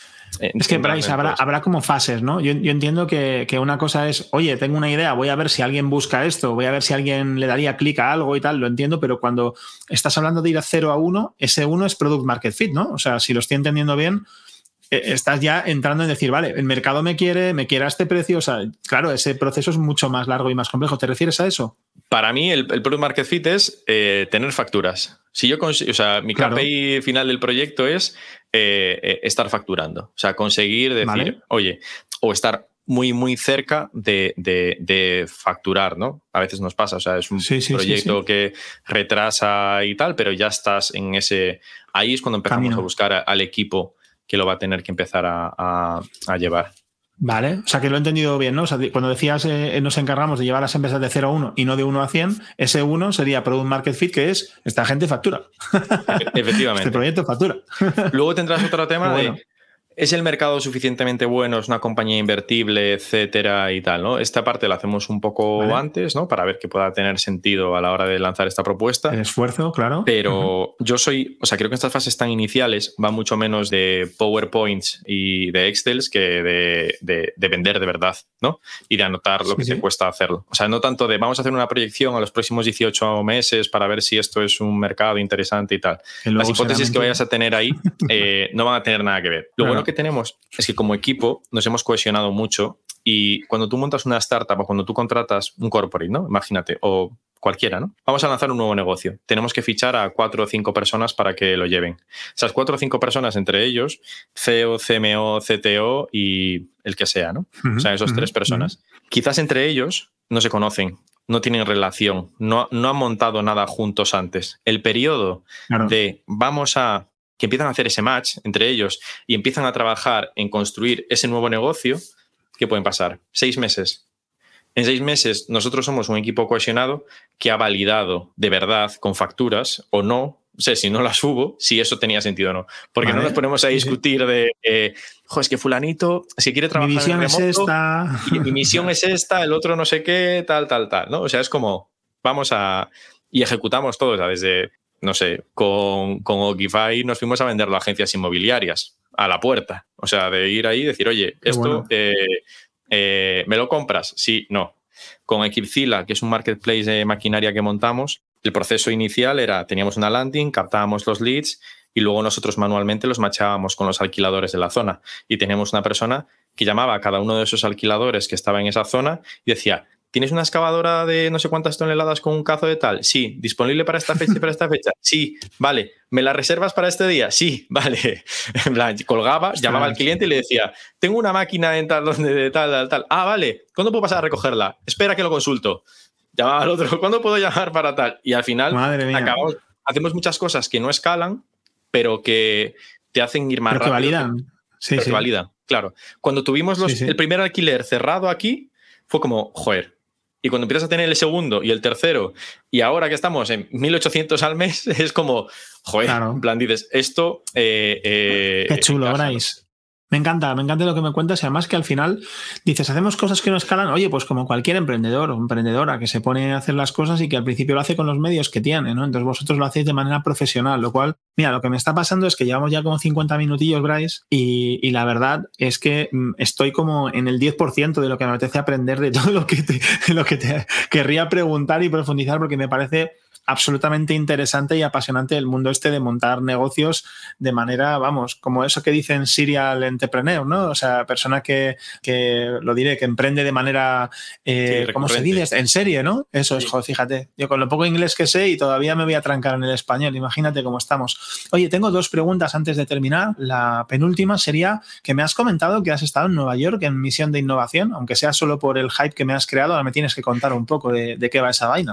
Speaker 1: En, es que, Bryce, habrá, habrá como fases, ¿no? Yo, yo entiendo que, que una cosa es, oye, tengo una idea, voy a ver si alguien busca esto, voy a ver si alguien le daría clic a algo y tal, lo entiendo, pero cuando estás hablando de ir a cero a uno, ese uno es Product Market Fit, ¿no? O sea, si lo estoy entendiendo bien, eh, estás ya entrando en decir, vale, el mercado me quiere, me quiere a este precio, o sea, claro, ese proceso es mucho más largo y más complejo. ¿Te refieres a eso?
Speaker 2: Para mí, el, el Product Market Fit es eh, tener facturas. Si yo consigo, o sea, mi claro. K P I final del proyecto es eh, eh, estar facturando. O sea, conseguir decir, vale. oye, o estar muy, muy cerca de, de, de facturar, ¿no? A veces nos pasa, o sea, es un sí, sí, proyecto sí, sí. que retrasa y tal, pero ya estás en ese... Ahí es cuando empezamos Camino. a buscar a, al equipo que lo va a tener que empezar a, a, a llevar.
Speaker 1: Vale, o sea que lo he entendido bien, ¿no? O sea, cuando decías eh, nos encargamos de llevar las empresas de cero a uno y no de uno a cien, ese uno sería Product Market Fit, que es esta gente factura.
Speaker 2: Efectivamente.
Speaker 1: Este proyecto factura.
Speaker 2: Luego tendrás otro tema
Speaker 1: bueno.
Speaker 2: de ¿es el mercado suficientemente bueno? ¿Es una compañía invertible, etcétera y tal, ¿no? Esta parte la hacemos un poco vale. antes, ¿no? Para ver que pueda tener sentido a la hora de lanzar esta propuesta.
Speaker 1: El esfuerzo, claro.
Speaker 2: Pero uh-huh. yo soy, o sea, creo que estas fases tan iniciales van mucho menos de PowerPoints y de Excels que de, de, de vender de verdad, ¿no? Y de anotar lo sí, que sí. te cuesta hacerlo. O sea, no tanto de vamos a hacer una proyección a los próximos dieciocho meses para ver si esto es un mercado interesante y tal. Las hipótesis que vayas a tener ahí eh, no van a tener nada que ver. Lo claro. bueno que tenemos es que como equipo nos hemos cohesionado mucho y cuando tú montas una startup o cuando tú contratas un corporate, ¿no? Imagínate, o cualquiera, ¿no? Vamos a lanzar un nuevo negocio. Tenemos que fichar a cuatro o cinco personas para que lo lleven. Esas cuatro o cinco personas, entre ellos, C E O, C M O, C T O y el que sea, ¿no? Uh-huh, o sea, esos uh-huh, tres personas. Uh-huh. Quizás entre ellos no se conocen, no tienen relación, no, no han montado nada juntos antes. El periodo claro. de vamos a... que empiezan a hacer ese match entre ellos y empiezan a trabajar en construir ese nuevo negocio, ¿qué pueden pasar? Seis meses. En seis meses nosotros somos un equipo cohesionado que ha validado de verdad con facturas o no, no sé si no las hubo, si eso tenía sentido o no. Porque vale. no nos ponemos a discutir de, eh, jo, es que fulanito, si quiere trabajar
Speaker 1: mi misión
Speaker 2: en remoto,
Speaker 1: es esta.
Speaker 2: Y mi misión es esta, el otro no sé qué, tal, tal, tal, ¿no? O sea, es como, vamos a... y ejecutamos todo, o sea, desde... no sé, con, con Ogify nos fuimos a venderlo a agencias inmobiliarias, a la puerta. O sea, de ir ahí y decir, oye, Qué esto, bueno. eh, eh, ¿me lo compras? Sí, no. Con Equipzilla, que es un marketplace de maquinaria que montamos, el proceso inicial era, teníamos una landing, captábamos los leads y luego nosotros manualmente los machábamos con los alquiladores de la zona. Y teníamos una persona que llamaba a cada uno de esos alquiladores que estaba en esa zona y decía, ¿tienes una excavadora de no sé cuántas toneladas con un cazo de tal? Sí. ¿Disponible para esta fecha y para esta fecha? Sí. Vale. ¿Me la reservas para este día? Sí. Vale. En plan, colgaba, Ostras. llamaba al cliente y le decía, tengo una máquina en tal, donde de tal, tal, tal. Ah, vale. ¿Cuándo puedo pasar a recogerla? Espera que lo consulto. Llamaba al otro. ¿Cuándo puedo llamar para tal? Y al final acabamos, hacemos muchas cosas que no escalan, pero que te hacen ir más
Speaker 1: pero
Speaker 2: rápido.
Speaker 1: Que validan. Sí,
Speaker 2: pero
Speaker 1: sí.
Speaker 2: que validan. Claro. Cuando tuvimos los, sí, sí. el primer alquiler cerrado aquí, fue como, joder. Y cuando empiezas a tener el segundo y el tercero, y ahora que estamos en mil ochocientos al mes, es como, joder, claro. en plan, dices, esto... Eh, eh,
Speaker 1: Qué chulo, Bryce. Me encanta, me encanta lo que me cuentas y además que al final dices, hacemos cosas que no escalan, oye, pues como cualquier emprendedor o emprendedora que se pone a hacer las cosas y que al principio lo hace con los medios que tiene, ¿no? Entonces vosotros lo hacéis de manera profesional, lo cual, mira, lo que me está pasando es que llevamos ya como cincuenta minutillos, Bryce, y, y la verdad es que estoy como en el diez por ciento de lo que me apetece aprender de todo lo que te, lo que te querría preguntar y profundizar porque me parece absolutamente interesante y apasionante el mundo este de montar negocios de manera, vamos, como eso que dicen serial entrepreneur, ¿no? O sea, persona que, que lo diré, que emprende de manera, eh, sí, ¿cómo se dice? En serie, ¿no? Eso sí. es, joder, fíjate. Yo con lo poco inglés que sé y todavía me voy a trancar en el español, imagínate cómo estamos. Oye, tengo dos preguntas antes de terminar. La penúltima sería que me has comentado que has estado en Nueva York en misión de innovación, aunque sea solo por el hype que me has creado, ahora me tienes que contar un poco de, de qué va esa vaina.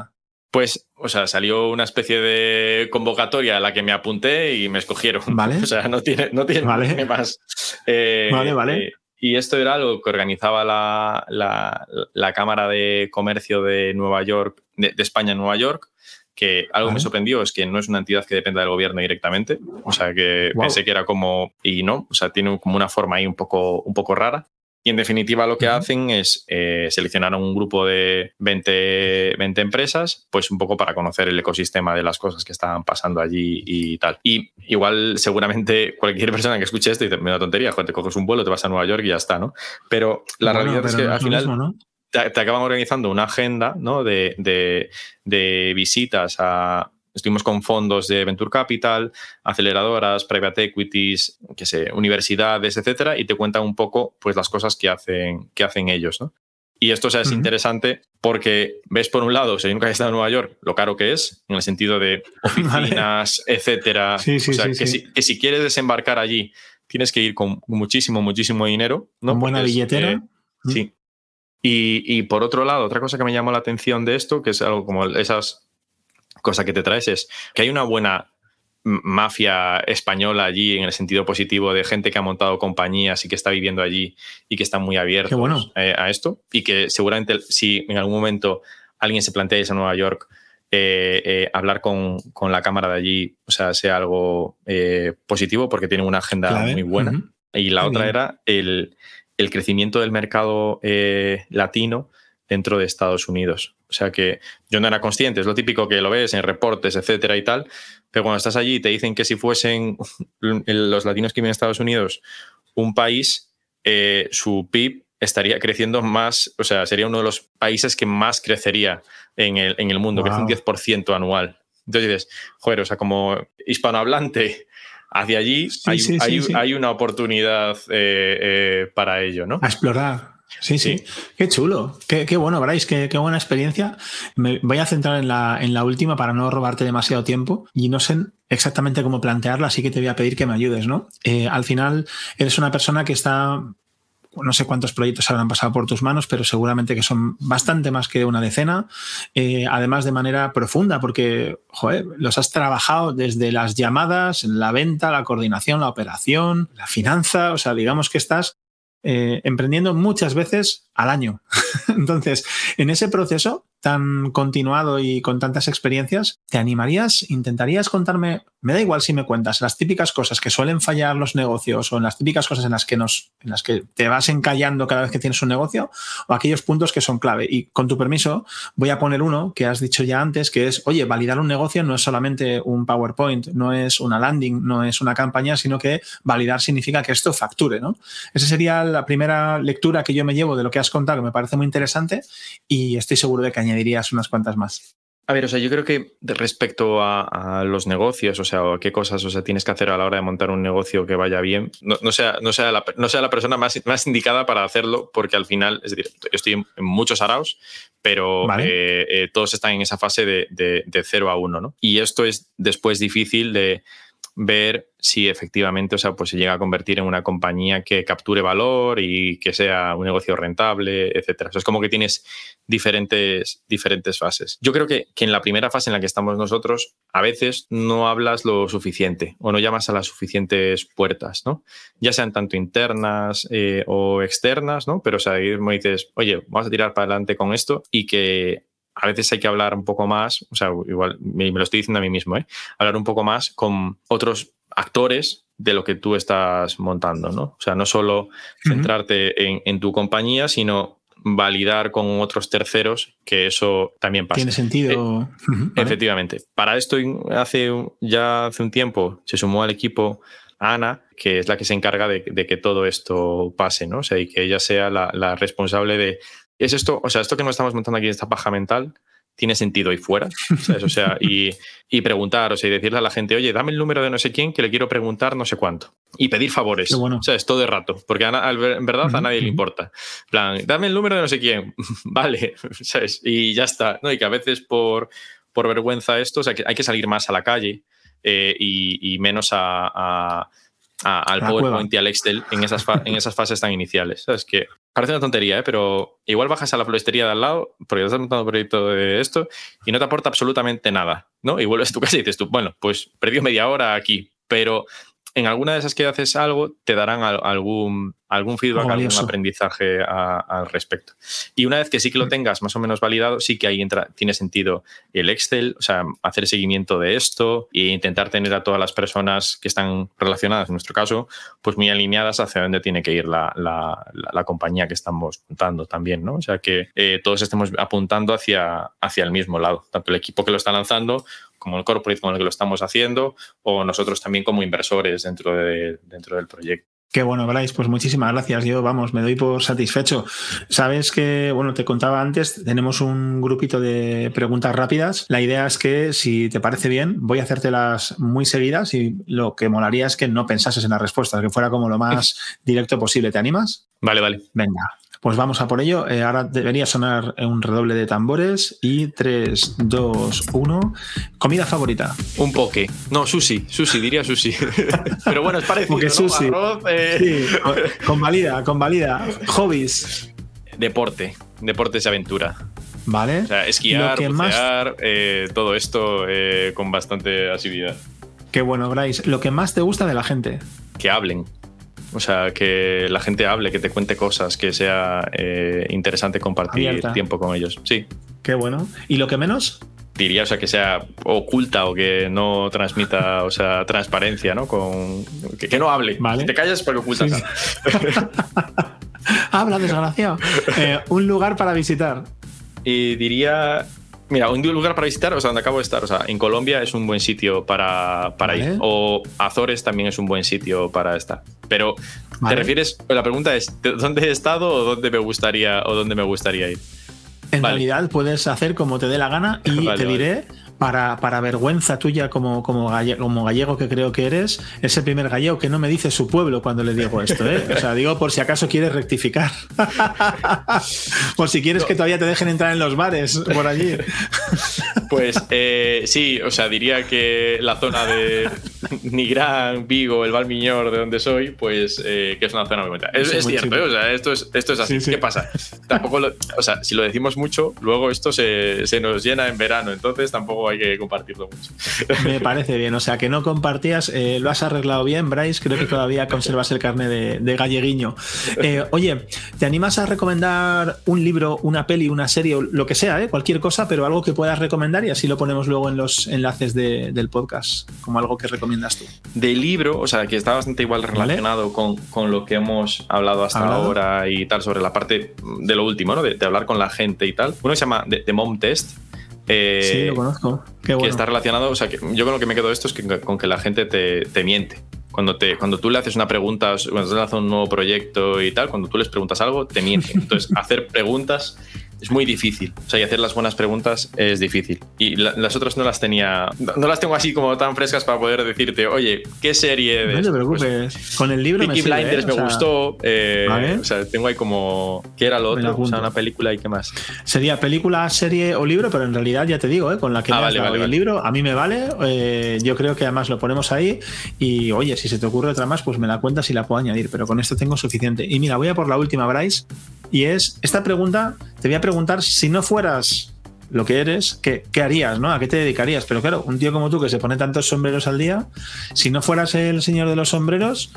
Speaker 2: Pues, o sea, salió una especie de convocatoria a la que me apunté y me escogieron.
Speaker 1: Vale.
Speaker 2: O sea, no tiene, no tiene,
Speaker 1: vale.
Speaker 2: no tiene más. Eh,
Speaker 1: vale, vale.
Speaker 2: Eh, y esto era algo que organizaba la, la, la Cámara de Comercio de Nueva York, de, de España en Nueva York, que algo
Speaker 1: vale.
Speaker 2: me sorprendió es que no es una entidad que dependa del gobierno directamente. O sea, que wow. pensé que era como... Y no, o sea, tiene como una forma ahí un poco, un poco rara. Y en definitiva lo que uh-huh. hacen es eh, seleccionar a un grupo de veinte, veinte empresas, pues un poco para conocer el ecosistema de las cosas que estaban pasando allí y tal. Y igual seguramente cualquier persona que escuche esto dice, me da tontería, joder, te coges un vuelo, te vas a Nueva York y ya está, ¿no? Pero la bueno, realidad pero es que no al es final mismo, ¿no? te, te acaban organizando una agenda, ¿no? de, de, de visitas a... Estuvimos con fondos de Venture Capital, aceleradoras, private equities, qué sé, universidades, etcétera, y te cuentan un poco pues, las cosas que hacen, que hacen ellos, ¿no? Y esto o sea, es uh-huh. interesante porque ves, por un lado, si nunca has estado en Nueva York, lo caro que es, en el sentido de oficinas, vale. etcétera.
Speaker 1: Sí, sí,
Speaker 2: o sea,
Speaker 1: sí,
Speaker 2: que,
Speaker 1: sí.
Speaker 2: Si, que si quieres desembarcar allí, tienes que ir con muchísimo, muchísimo dinero, ¿no?
Speaker 1: Con buena
Speaker 2: porque
Speaker 1: billetera.
Speaker 2: Es, eh, uh-huh. Sí. Y, y por otro lado, otra cosa que me llamó la atención de esto, que es algo como esas... cosa que te traes es que hay una buena mafia española allí en el sentido positivo de gente que ha montado compañías y que está viviendo allí y que están muy abiertos
Speaker 1: bueno.
Speaker 2: eh, a esto y que seguramente si en algún momento alguien se plantea irse a Nueva York eh, eh, hablar con, con la cámara de allí, o sea, sea algo eh, positivo porque tienen una agenda Clave. muy buena. Uh-huh. Y la muy otra bien. era el, el crecimiento del mercado eh, latino dentro de Estados Unidos. O sea que yo no era consciente, es lo típico que lo ves en reportes, etcétera y tal, pero cuando estás allí te dicen que si fuesen los latinos que viven en Estados Unidos un país, eh, su P I B estaría creciendo más, o sea, sería uno de los países que más crecería en el, en el mundo, wow. crece un diez por ciento anual. Entonces dices, joder, o sea, como hispanohablante hacia allí
Speaker 1: sí,
Speaker 2: hay,
Speaker 1: sí,
Speaker 2: hay,
Speaker 1: sí, sí.
Speaker 2: hay una oportunidad eh, eh, para ello, ¿no?
Speaker 1: A explorar. Sí, sí, sí. Qué chulo. Qué, qué bueno, Bryce. Qué, qué buena experiencia. Me voy a centrar en la, en la última para no robarte demasiado tiempo y no sé exactamente cómo plantearla, así que te voy a pedir que me ayudes, ¿no? Eh, al final eres una persona que está... No sé cuántos proyectos habrán pasado por tus manos, pero seguramente que son bastante más que una decena. Eh, además, de manera profunda, porque joder, los has trabajado desde las llamadas, la venta, la coordinación, la operación, la finanza. O sea, digamos que estás eh, emprendiendo muchas veces al año. Entonces, en ese proceso tan continuado y con tantas experiencias, ¿te animarías, intentarías contarme? Me da igual si me cuentas las típicas cosas que suelen fallar los negocios o en las típicas cosas en las que nos, en las que te vas encallando cada vez que tienes un negocio o aquellos puntos que son clave. Y con tu permiso voy a poner uno que has dicho ya antes, que es, oye, validar un negocio no es solamente un PowerPoint, no es una landing, no es una campaña, sino que validar significa que esto facture, ¿no? Esa sería la primera lectura que yo me llevo de lo que has contado, que me parece muy interesante y estoy seguro de que añadirías unas cuantas más.
Speaker 2: A ver, o sea, yo creo que respecto a, a los negocios, o sea, o qué cosas o sea, tienes que hacer a la hora de montar un negocio que vaya bien, no, no, sea, no, sea, la, no sea la persona más, más indicada para hacerlo, porque al final, es decir, yo estoy en, en muchos araos, pero vale. eh, eh, todos están en esa fase de, de, de cero a uno, ¿no? Y esto es después difícil de ver si efectivamente, o sea, pues se llega a convertir en una compañía que capture valor y que sea un negocio rentable, etcétera. O sea, es como que tienes diferentes, diferentes fases. Yo creo que, que en la primera fase en la que estamos nosotros, a veces no hablas lo suficiente o no llamas a las suficientes puertas, ¿no? Ya sean tanto internas eh, o externas, ¿no? Pero, o sea, ahí me dices, oye, vamos a tirar para adelante con esto y que a veces hay que hablar un poco más, o sea, igual me lo estoy diciendo a mí mismo, ¿eh? Hablar un poco más con otros actores de lo que tú estás montando, ¿no? O sea, no solo centrarte uh-huh. en, en tu compañía, sino validar con otros terceros que eso también pasa.
Speaker 1: Tiene sentido.
Speaker 2: Eh,
Speaker 1: uh-huh,
Speaker 2: ¿vale? Efectivamente. Para esto hace ya hace un tiempo se sumó al equipo Ana, que es la que se encarga de, de que todo esto pase, ¿no? O sea, y que ella sea la, la responsable de... ¿Es esto? O sea, esto que nos estamos montando aquí, esta paja mental, tiene sentido ahí fuera, ¿sabes? O sea, y, y preguntar, o sea, y decirle a la gente, oye, dame el número de no sé quién que le quiero preguntar no sé cuánto. Y pedir favores,
Speaker 1: bueno.
Speaker 2: ¿sabes? Todo el rato, porque a, a, en verdad uh-huh, a nadie uh-huh. le importa. En plan, dame el número de no sé quién, vale, ¿sabes? Y ya está, ¿no? Y que a veces por, por vergüenza esto, o sea, que hay que salir más a la calle eh, y, y menos a... a a, al
Speaker 1: La
Speaker 2: PowerPoint
Speaker 1: cueva.
Speaker 2: y al Excel en esas, fa- en esas fases tan iniciales. ¿Sabes? Que parece una tontería, ¿eh? Pero igual bajas a la floristería de al lado porque te estás montando un proyecto de esto y no te aporta absolutamente nada, ¿no? Y vuelves a tu casa y dices tú, bueno, pues perdió media hora aquí, pero en alguna de esas que haces algo te darán al, algún, algún feedback,
Speaker 1: Algo
Speaker 2: algún
Speaker 1: valioso.
Speaker 2: aprendizaje a- al respecto. Y una vez que sí que lo tengas más o menos validado, sí que ahí entra, tiene sentido el Excel, o sea, hacer seguimiento de esto e intentar tener a todas las personas que están relacionadas, en nuestro caso, pues muy alineadas hacia dónde tiene que ir la, la, la, la compañía que estamos montando también, ¿no? O sea, que eh, todos estemos apuntando hacia, hacia el mismo lado, tanto el equipo que lo está lanzando como el corporate con el que lo estamos haciendo, o nosotros también como inversores dentro, de, dentro del proyecto.
Speaker 1: Qué bueno, Bryce, pues muchísimas gracias. Yo, vamos, me doy por satisfecho. Sabes que, bueno, te contaba antes, tenemos un grupito de preguntas rápidas. La idea es que, si te parece bien, voy a hacértelas muy seguidas y lo que molaría es que no pensases en las respuestas, que fuera como lo más directo posible. ¿Te animas?
Speaker 2: Vale, vale.
Speaker 1: Venga. Pues vamos a por ello. Eh, ahora debería sonar un redoble de tambores y tres, dos, uno. ¿Comida favorita?
Speaker 2: Un poke. No, sushi. Sushi, diría sushi. Pero bueno, es parecido,
Speaker 1: Porque
Speaker 2: ¿no?
Speaker 1: sushi.
Speaker 2: Arroz, eh...
Speaker 1: Sí, con- convalida, convalida. Hobbies.
Speaker 2: Deporte. Deportes y aventura.
Speaker 1: Vale.
Speaker 2: O sea, esquiar,
Speaker 1: Lo que más-
Speaker 2: bucear, eh, todo esto eh, con bastante asiduidad.
Speaker 1: Qué bueno, Bryce. Lo que más te gusta de la gente.
Speaker 2: Que hablen. O sea, que la gente hable, que te cuente cosas, que sea eh, interesante compartir
Speaker 1: Abierta.
Speaker 2: tiempo con ellos. Sí.
Speaker 1: Qué bueno. ¿Y lo que menos?
Speaker 2: Diría, o sea, que sea oculta o que no transmita, o sea, transparencia, ¿no? Con que, que no hable.
Speaker 1: Vale.
Speaker 2: Si te callas porque ocultas.
Speaker 1: Sí. Habla, desgraciado. Eh, un lugar para visitar.
Speaker 2: Y diría, mira, un lugar para visitar, o sea, donde acabo de estar, o sea, en Colombia es un buen sitio para, para
Speaker 1: Vale.
Speaker 2: ir. O Azores también es un buen sitio para estar. Pero
Speaker 1: Vale.
Speaker 2: te refieres, la pregunta es, ¿dónde he estado o dónde me gustaría o dónde me gustaría ir?
Speaker 1: En
Speaker 2: Vale.
Speaker 1: realidad puedes hacer como te dé la gana y
Speaker 2: Vale,
Speaker 1: te
Speaker 2: vale.
Speaker 1: diré, para, para vergüenza tuya como, como, galle- como gallego que creo que eres, es el primer gallego que no me dice su pueblo cuando le digo esto, ¿eh? O sea, digo por si acaso quieres rectificar. Por si quieres que todavía te dejen entrar en los bares por allí.
Speaker 2: Pues eh, sí, o sea, diría que la zona de Nigrán, Vigo, el Valmiñor, de donde soy, pues eh, que es una zona muy bonita. Es,
Speaker 1: Sí,
Speaker 2: es
Speaker 1: muy
Speaker 2: cierto,
Speaker 1: chido.
Speaker 2: ¿eh? O sea, esto es, esto es así.
Speaker 1: Sí, sí.
Speaker 2: ¿Qué pasa? Tampoco lo- o sea, si lo decimos mucho, luego esto se, se nos llena en verano, entonces tampoco hay que compartirlo mucho.
Speaker 1: Me parece bien, o sea, que no compartías, eh, lo has arreglado bien, Bryce, creo que todavía conservas el carnet de, de galleguiño. Eh, oye, ¿te animas a recomendar un libro, una peli, una serie, o lo que sea, eh? Cualquier cosa, pero algo que puedas recomendar y así lo ponemos luego en los enlaces de- del podcast, como algo que recomiendas tú?
Speaker 2: Del libro, o sea, que está bastante igual relacionado con, con lo que hemos hablado hasta
Speaker 1: ¿Hablado?
Speaker 2: ahora y tal, sobre la parte de lo último, ¿no? De, de hablar con la gente y tal. Uno que se llama The, The Mom Test. Eh,
Speaker 1: Sí, lo conozco. Qué
Speaker 2: que
Speaker 1: bueno.
Speaker 2: está relacionado, o sea, que yo con lo que me quedo de esto es que, con que la gente te, te miente. Cuando, te, cuando tú le haces una pregunta, cuando tú le haces un nuevo proyecto y tal, cuando tú les preguntas algo, te mienten. Entonces, hacer preguntas es muy difícil. O sea, y hacer las buenas preguntas es difícil. Y la, las otras no las tenía, no las tengo así como tan frescas para poder decirte, oye, ¿qué serie de
Speaker 1: No te
Speaker 2: esto?
Speaker 1: preocupes,
Speaker 2: Pues,
Speaker 1: con el libro me
Speaker 2: Peaky
Speaker 1: sirve,
Speaker 2: Blinders
Speaker 1: ¿eh?
Speaker 2: me
Speaker 1: O sea,
Speaker 2: gustó. Eh,
Speaker 1: ¿vale?
Speaker 2: O sea, tengo ahí como. ¿Qué era lo
Speaker 1: Me la
Speaker 2: otro? O sea,
Speaker 1: apunto.
Speaker 2: una película y qué más.
Speaker 1: Sería película, serie o libro, pero en realidad ya te digo, ¿eh? Con la que
Speaker 2: Ah,
Speaker 1: me has
Speaker 2: vale,
Speaker 1: dado
Speaker 2: vale,
Speaker 1: hoy el
Speaker 2: vale.
Speaker 1: libro, a mí me vale. Eh, yo creo que además lo ponemos ahí. Y oye, si se te ocurre otra más, pues me la cuentas y la puedo añadir. Pero con esto tengo suficiente. Y mira, voy a por la última, Bryce. Y es esta pregunta: te voy a preguntar, si no fueras lo que eres, ¿qué, qué harías, ¿no? ¿A qué te dedicarías? Pero claro, un tío como tú que se pone tantos sombreros al día, si no fueras el señor de los sombreros,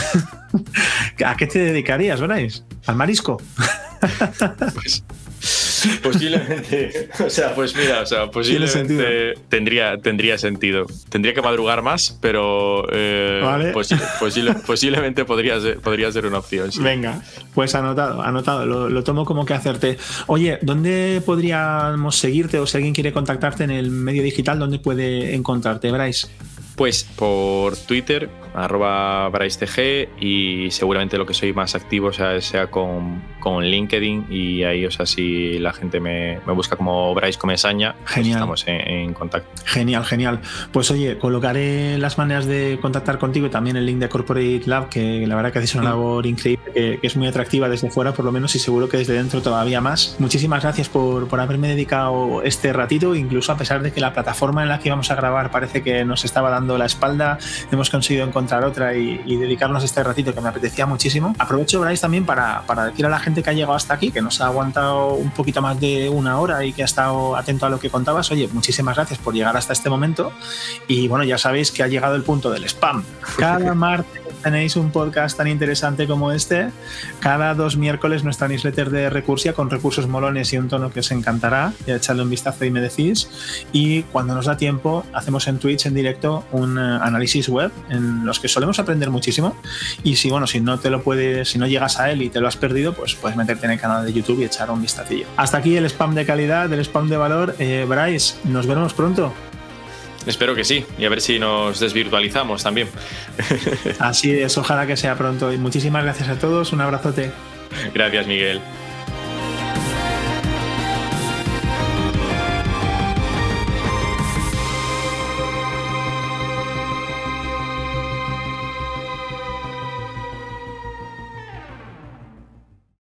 Speaker 1: ¿a qué te dedicarías, Bryce? ¿Al marisco?
Speaker 2: Pues, posiblemente, o sea, pues mira, o sea,
Speaker 1: Tiene sentido.
Speaker 2: posiblemente tendría, tendría sentido. Tendría que madrugar más, pero eh,
Speaker 1: Vale.
Speaker 2: posi- posible- posiblemente podría ser, podría ser una opción. Sí.
Speaker 1: Venga, pues anotado, anotado, lo, lo tomo como que hacerte. Oye, ¿dónde podríamos seguirte o si alguien quiere contactarte en el medio digital, dónde puede encontrarte, Bryce?
Speaker 2: Pues por Twitter, arroba BryceTG, y seguramente lo que soy más activo, o sea, sea con, con LinkedIn, y ahí, o sea, si la gente me, me busca como Bryce Comesaña, pues
Speaker 1: Genial.
Speaker 2: estamos en, en contacto.
Speaker 1: Genial, genial. Pues oye, colocaré las maneras de contactar contigo y también el link de Corporate Lab, que la verdad que haces una labor increíble, que, que es muy atractiva desde fuera, por lo menos, y seguro que desde dentro todavía más. Muchísimas gracias por, por haberme dedicado este ratito, incluso a pesar de que la plataforma en la que íbamos a grabar parece que nos estaba dando la espalda, hemos conseguido encontrar encontrar otra y, y dedicarnos este ratito que me apetecía muchísimo. Aprovecho, Bryce, también para, para decir a la gente que ha llegado hasta aquí, que nos ha aguantado un poquito más de una hora y que ha estado atento a lo que contabas. Oye, muchísimas gracias por llegar hasta este momento. Y bueno, ya sabéis que ha llegado el punto del spam. Cada martes tenéis un podcast tan interesante como este. Cada dos miércoles nuestra newsletter de Recursia con recursos molones y un tono que os encantará. Ya echadle un vistazo y me decís. Y cuando nos da tiempo, hacemos en Twitch en directo un uh, análisis web en los que solemos aprender muchísimo. Y si, bueno, si no te lo puedes, si no llegas a él y te lo has perdido, pues puedes meterte en el canal de YouTube y echar un vistacillo. Hasta aquí el spam de calidad, el spam de valor. Eh, Bryce, nos veremos pronto.
Speaker 2: Espero que sí, y a ver si nos desvirtualizamos también.
Speaker 1: Así es, ojalá que sea pronto. Y muchísimas gracias a todos, un abrazote.
Speaker 2: Gracias, Miguel.